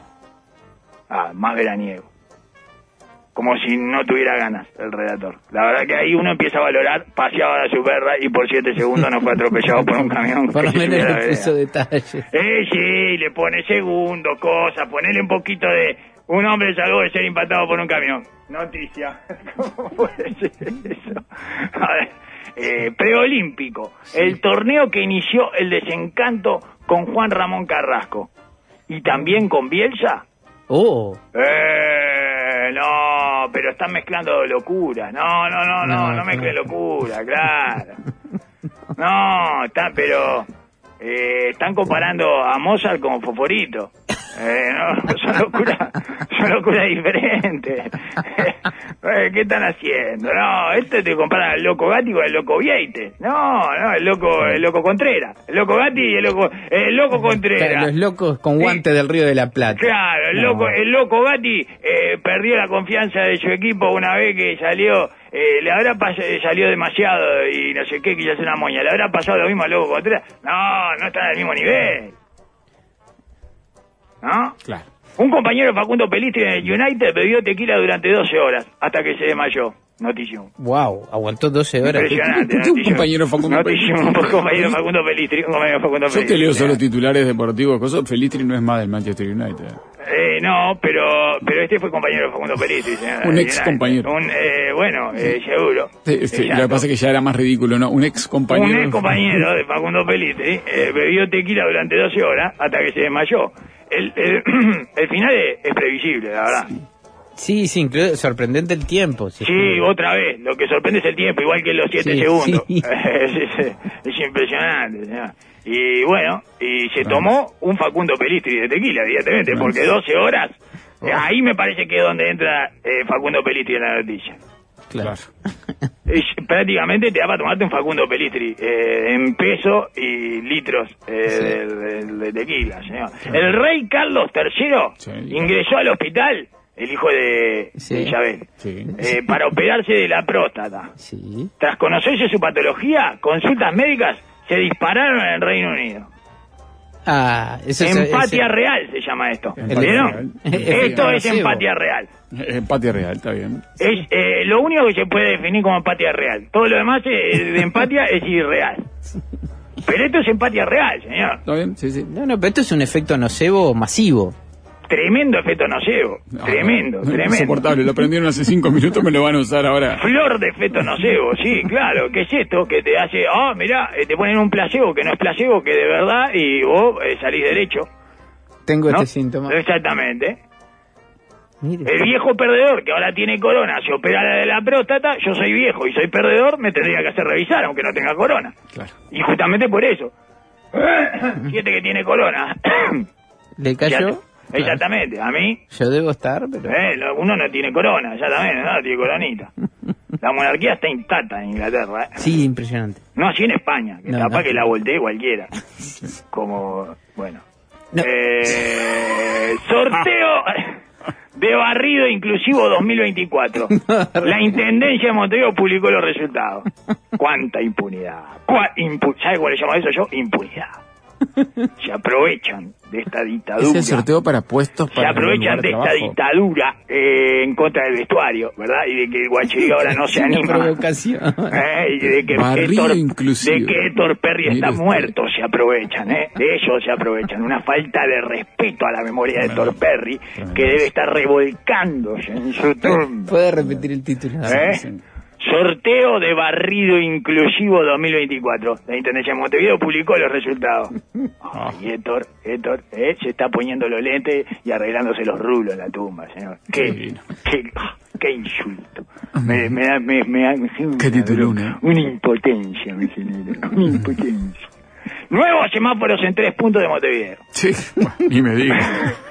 Ah, más veraniego. Como si no tuviera ganas el redactor. La verdad que ahí uno empieza a valorar, paseaba a su perra y por siete segundos no fue atropellado por un camión. Por que lo se menos subió a la le vereda. puso detalles. Eh, sí, le pone segundo, cosa, ponele un poquito de... Un hombre salvó de ser impactado por un camión. Noticia. ¿Cómo puede ser eso? A ver, eh, preolímpico. El torneo que inició el desencanto con Juan Ramón Carrasco. Y también con Bielsa. Oh, Eh, no, pero están mezclando locuras. No, no, no, no, no, No, mezclen no. locura, claro. No, está, pero eh, están comparando a Mozart con Foforito. Eh, no, son locuras, son locuras diferentes. Eh, ¿Qué están haciendo? No, esto te comparan al loco Gatti con el loco Vieite. No, no, el loco, el loco Contreras. El loco Gatti y el loco, el loco claro, Contreras. los locos con Sí. guantes del Río de la Plata. Claro, el No. loco, el loco Gatti eh, perdió la confianza de su equipo una vez que salió, eh, le habrá pas- eh, salió demasiado y no sé qué, que ya es una moña, le habrá pasado lo mismo al loco Contreras. No, no están al mismo nivel. ¿No? Claro. Un compañero de Facundo Pelistri en el United bebió tequila durante doce horas hasta que se desmayó. Notición. Wow, aguantó doce horas. Impresionante. Un notición. compañero de Facundo Notición, un compañero de Facundo Pelistri. Un compañero de Facundo Yo Pelistri. que leo solo titulares deportivos, cosas, Felistri no es más del Manchester United. Eh, no, pero pero este fue compañero de Facundo Pelistri. señora. Un ex compañero. Un, eh, bueno, eh, seguro. Sí, sí, lo que Exacto. pasa es que ya era más ridículo, ¿no? Un ex compañero. Un ex compañero de Facundo Pelistri eh, bebió tequila durante doce horas hasta que se desmayó. El, el, el final es, es previsible, la verdad. Sí, sí, incluso sorprendente el tiempo. Sí, sí, otra vez, lo que sorprende es el tiempo, igual que los siete sí, segundos. Sí. es, es, es impresionante, ¿no? Y bueno, y se tomó un Facundo Pelistri de tequila, evidentemente, porque doce horas, oh. ahí me parece que es donde entra eh, Facundo Pelistri en la noticia. Claro. Es, prácticamente te da para tomarte un Facundo Pelistri eh, en peso y litros eh, sí. de, de, de tequila, señor. Sí. El rey Carlos tercero sí. ingresó al hospital, el hijo de, sí. de Isabel, sí. eh, para operarse de la próstata. Sí. Tras conocerse su patología, consultas médicas se dispararon en el Reino Unido. Ah, eso es empatía ese... real se llama esto. ¿Vieron? Esto es empatía real. Empatía real, está bien. Es eh, lo único que se puede definir como empatía real. Todo lo demás es, de empatía es irreal. Pero esto es empatía real, señor. Está bien, sí, sí. No, no, pero esto es un efecto nocebo masivo. Tremendo efecto nocebo, no, tremendo, no, tremendo. Insoportable, lo aprendieron hace cinco minutos, me lo van a usar ahora. Flor de efecto nocebo, sí, claro. ¿Qué es esto? Que te hace, ah, oh, mirá, te ponen un placebo que no es placebo, que de verdad, y vos eh, salís derecho. Tengo ¿no? este síntoma. Exactamente. Mire. El viejo perdedor que ahora tiene corona se opera de la próstata, yo soy viejo y soy perdedor, me tendría que hacer revisar aunque no tenga corona. Claro. Y justamente por eso. Siete que tiene corona. ¿Le cayó? Claro. Exactamente, a mí... Yo debo estar, pero... Eh, uno no tiene corona, exactamente, no, no tiene coronita. La monarquía está intacta en Inglaterra, ¿eh? Sí, impresionante. No, así en España, que no, capaz no. que la voltee cualquiera. Como, bueno... No. Eh, sorteo de barrido inclusivo dos mil veinticuatro. La Intendencia de Montevideo publicó los resultados. ¡Cuánta impunidad! ¿Cuál impu ¿Sabe cuál le llamo eso yo? Impunidad. Se aprovechan de esta dictadura. Es el sorteo para puestos para Se aprovechan de, de esta dictadura eh, en contra del vestuario, ¿verdad? Y de que el guacherío ahora no se anima. Provocación. Eh, y de que Héctor, de que Héctor Perry está Mire muerto, usted. Se aprovechan, ¿eh? De eso se aprovechan. Una falta de respeto a la memoria de Héctor Perry, que debe estar revolcándose en su tumba. ¿Puede repetir el título? ¿Eh? Sí, sí. Sorteo de barrido inclusivo dos mil veinticuatro. La Intendencia de Montevideo publicó los resultados. Oh, y Héctor, Héctor, eh, se está poniendo los lentes y arreglándose los rulos en la tumba, señor. Qué, qué, oh, qué insulto. Me, me da, me, me da, ¿Qué título? Una, una impotencia, me genera. Una impotencia. Nuevos semáforos en tres puntos de Montevideo. Sí, ni me digas.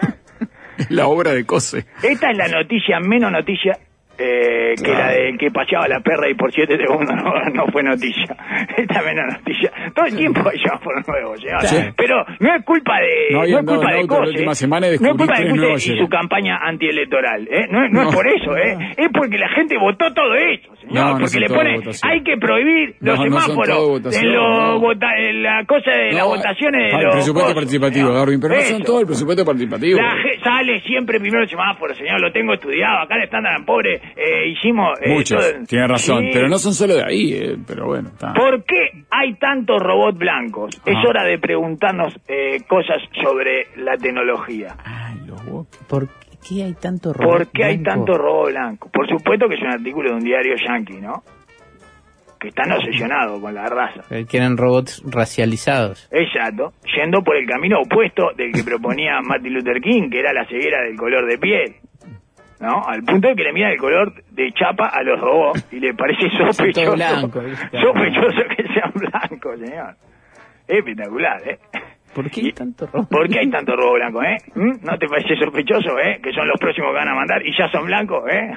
La obra de Cose. Esta es la noticia menos noticia Eh, que claro. La de que paseaba la perra y por siete segundos no, no fue noticia. Esta menos noticia. Todo el tiempo hay semáforos nuevos, sí. Pero no es culpa de no, no es culpa de Cose, no es culpa de Cose y su campaña antielectoral, ¿eh? No, no, no es por eso, ¿eh? Es porque la gente votó todo eso, señor. No, no porque le pone hay que prohibir los no, semáforos no en, lo, vota, en la cosa de las votaciones de el los presupuesto cosas, participativo, señor. Darwin, pero eso. No son todo el presupuesto participativo. La, sale siempre primero el semáforo, señor. Lo tengo estudiado. Acá en Estándar Pobre Eh, hicimos eh, muchos, todo... tiene razón, sí. Pero no son solo de ahí, eh, pero bueno. Está. ¿Por qué hay tantos robots blancos? Ah. Es hora de preguntarnos eh, cosas sobre la tecnología. Ay, los robots. ¿Por qué hay tanto robot ¿Por qué blanco? hay tanto robot blanco? Por supuesto que es un artículo de un diario yankee, ¿no? Que están obsesionados con la raza. Quieren robots racializados. Exacto, yendo por el camino opuesto del que proponía Martin Luther King, que era la ceguera del color de piel. ¿No? Al punto de que le miran el color de chapa a los robots y le parece sospechoso, blanco, sospechoso que sean blancos, señor. Espectacular, ¿eh? ¿Por qué hay tanto robo? ¿Por qué hay tanto robo blanco, eh? ¿Mm? ¿No te parece sospechoso, eh? Que son los próximos que van a mandar y ya son blancos, eh?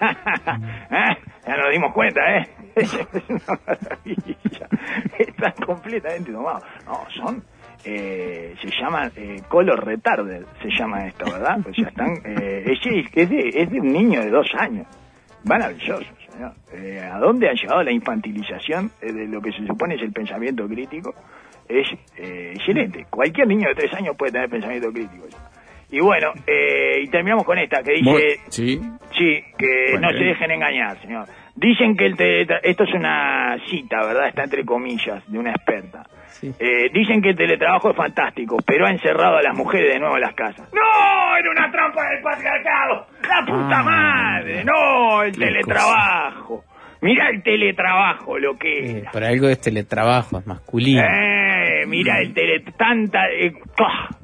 ¿Eh? Ya nos dimos cuenta, eh. Es una maravilla. Están completamente tomados. No, son... Eh, se llaman eh, color retarded, se llama esto, ¿verdad? Pues ya están, eh, es, es, de, es de un niño de dos años, maravilloso, señor. Eh, ¿A dónde ha llegado la infantilización eh, de lo que se supone es el pensamiento crítico? Es eh, excelente, cualquier niño de tres años puede tener pensamiento crítico. Y bueno, eh, y terminamos con esta, que dice, Muy, sí, sí, que bueno, no se dejen engañar, señor. Dicen que el teletra- esto es una cita, ¿verdad? Está entre comillas, de una experta. Sí. Eh, dicen que el teletrabajo es fantástico, pero ha encerrado a las mujeres de nuevo en las casas. ¡No! ¡Era una trampa del patriarcado! ¡La puta ah, madre! ¡No! El teletrabajo. Cosa. Mirá el teletrabajo, lo que es. Eh, por algo es teletrabajo, es masculino. Eh, mirá el tele... Tanta... Eh, oh,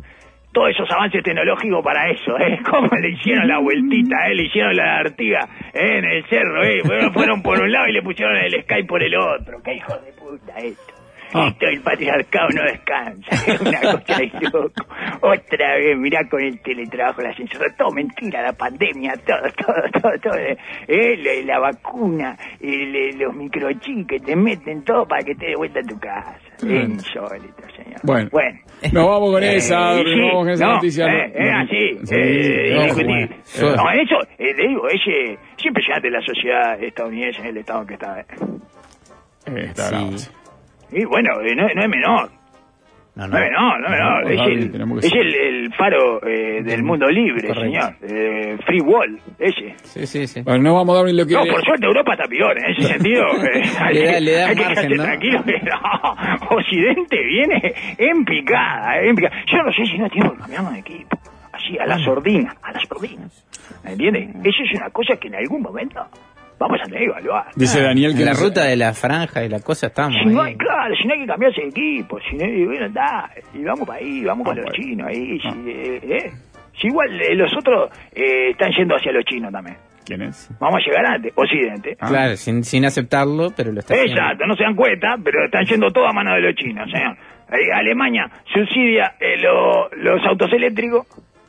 todos esos avances tecnológicos para eso, ¿eh? Cómo le hicieron la vueltita, ¿eh? Le hicieron la Artiga, ¿eh? En el cerro, ¿eh? Fueron, fueron por un lado y le pusieron el Sky por el otro. ¡Qué hijo de puta esto! Ah. Esto el patriarcado no descansa, es una cosa de loco. Otra vez, mirá con el teletrabajo, la censura, todo mentira, la pandemia, todo, todo, todo, todo. Eh, la, la vacuna, el, los microchips que te meten todo para que te dé vuelta a tu casa. Mm. Insólito, señor. Bueno, bueno. nos vamos con esa, eh, nos sí, vamos con esa no, noticia. Eh, eh, así, sí, eh, no, indiscutible. bueno. No, eso, eh, le digo, es, eh, es impresionante la sociedad estadounidense en el estado que está. Eh. Eh, está Sí. bravo, sí. Y bueno, eh, no, no es menor. No, No, no, no, no, no. No, es Gaby, el, tenemos que es ser- el, el faro eh, del mundo libre, Correcto. señor. Eh, free Wall, ese. Sí, sí, sí. Bueno, no vamos a dar lo que... No, por suerte Europa está peor, en ese sentido. Eh, hay, Le da- le da hay que margen, quedarse ¿no? tranquilo. que no, Occidente viene en picada, eh, en picada. Yo no sé si no es tiempo de cambiarnos de equipo. Así, a la sordina, a las sordinas. ¿Me entiendes? Eso es una cosa que en algún momento vamos a tener que evaluar. Dice Daniel que En la no se- ruta de la franja y la cosa estamos Si no ahí. hay, claro, si no hay que cambiarse de equipo, si no hay, bueno, está, y vamos para ahí, vamos con Ah, los bueno. chinos ahí, Ah. si, eh, eh. Si igual eh, los otros eh, están yendo hacia los chinos también. ¿Quién es? Vamos a llegar antes, Occidente. Ah. Claro, sin, sin aceptarlo, pero lo está haciendo. Exacto, no se dan cuenta, pero están yendo todo a mano de los chinos, señor. Eh, Alemania subsidia eh, lo- los autos eléctricos.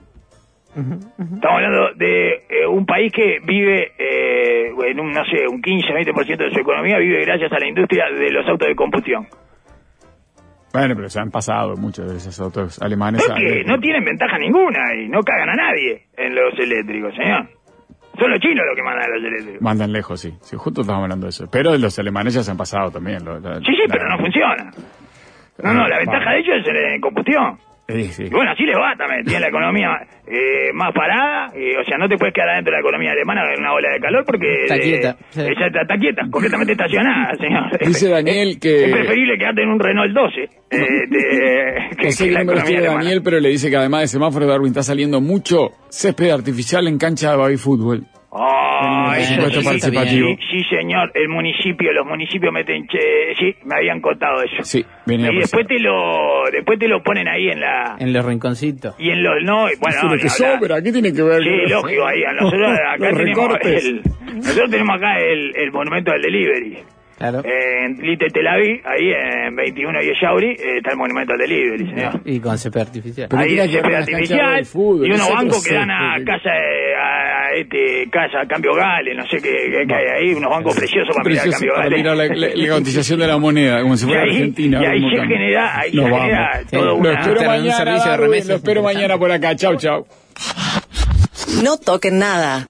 Estamos hablando de eh, un país que vive eh, en un, no sé, un quince, veinte por ciento de su economía vive gracias a la industria de los autos de combustión. Bueno, pero se han pasado muchos de esos autos alemanes. Es que no tienen ventaja ninguna y no cagan a nadie en los eléctricos, señor. Son los chinos los que mandan a los eléctricos. Mandan lejos, sí. Sí, justo estamos hablando de eso. Pero los alemanes ya se han pasado también. lo- la- Sí, sí, la- pero no funciona. No, no, la Eh, ventaja vale. de ellos es en combustión. Sí, sí. Y bueno, así les va también. Tienen la economía eh, más parada. Y, o sea, no te puedes quedar adentro de la economía alemana en una ola de calor porque... Está eh, quieta, sí. ella está, está quieta, completamente estacionada, señor. Dice Daniel Es que... preferible quedarte en un Renault doce. Eh, de- que, No sé que qué la número economía tiene alemana. Daniel, pero le dice que además de semáforo, Darwin, está saliendo mucho césped artificial en cancha de baby fútbol. Ah, Tenemos eso presupuesto sí, participativo. sí, sí, señor, el municipio, los municipios meten, che, sí, me habían contado eso. Sí, venía Y a después pasar. te lo, después te lo ponen ahí en la, En los rinconcitos. y en los, no, y bueno, Pero no, que ni hablar. sobra, ¿qué tiene que ver? Sí, con- lógico, ahí, a nosotros acá Los tenemos recortes. el, nosotros tenemos acá el, el monumento del delivery. Claro. Eh, en Little Tel Aviv, ahí en veintiuno y Echauri, eh, está el monumento del delivery, señor. Y con césped artificial. Pero Ahí tiene es que ver césped con las canchas artificial de fútbol, y unos es otro bancos que dan a césped. casa de, a, a este casa Cambio Gales, no sé qué, qué- qué hay ahí, unos bancos preciosos para mirar Precioso, Cambio para Gales. mirar la, la, la cotización de la moneda, como si Y fuera ahí, Argentina. y ahí como se cambia. genera, ahí Nos se vamos. genera Sí. todo Lo una... espero un mañana, servicio de Darwin, remesas lo espero interesante. mañana por acá. Chau, chau. No toquen nada.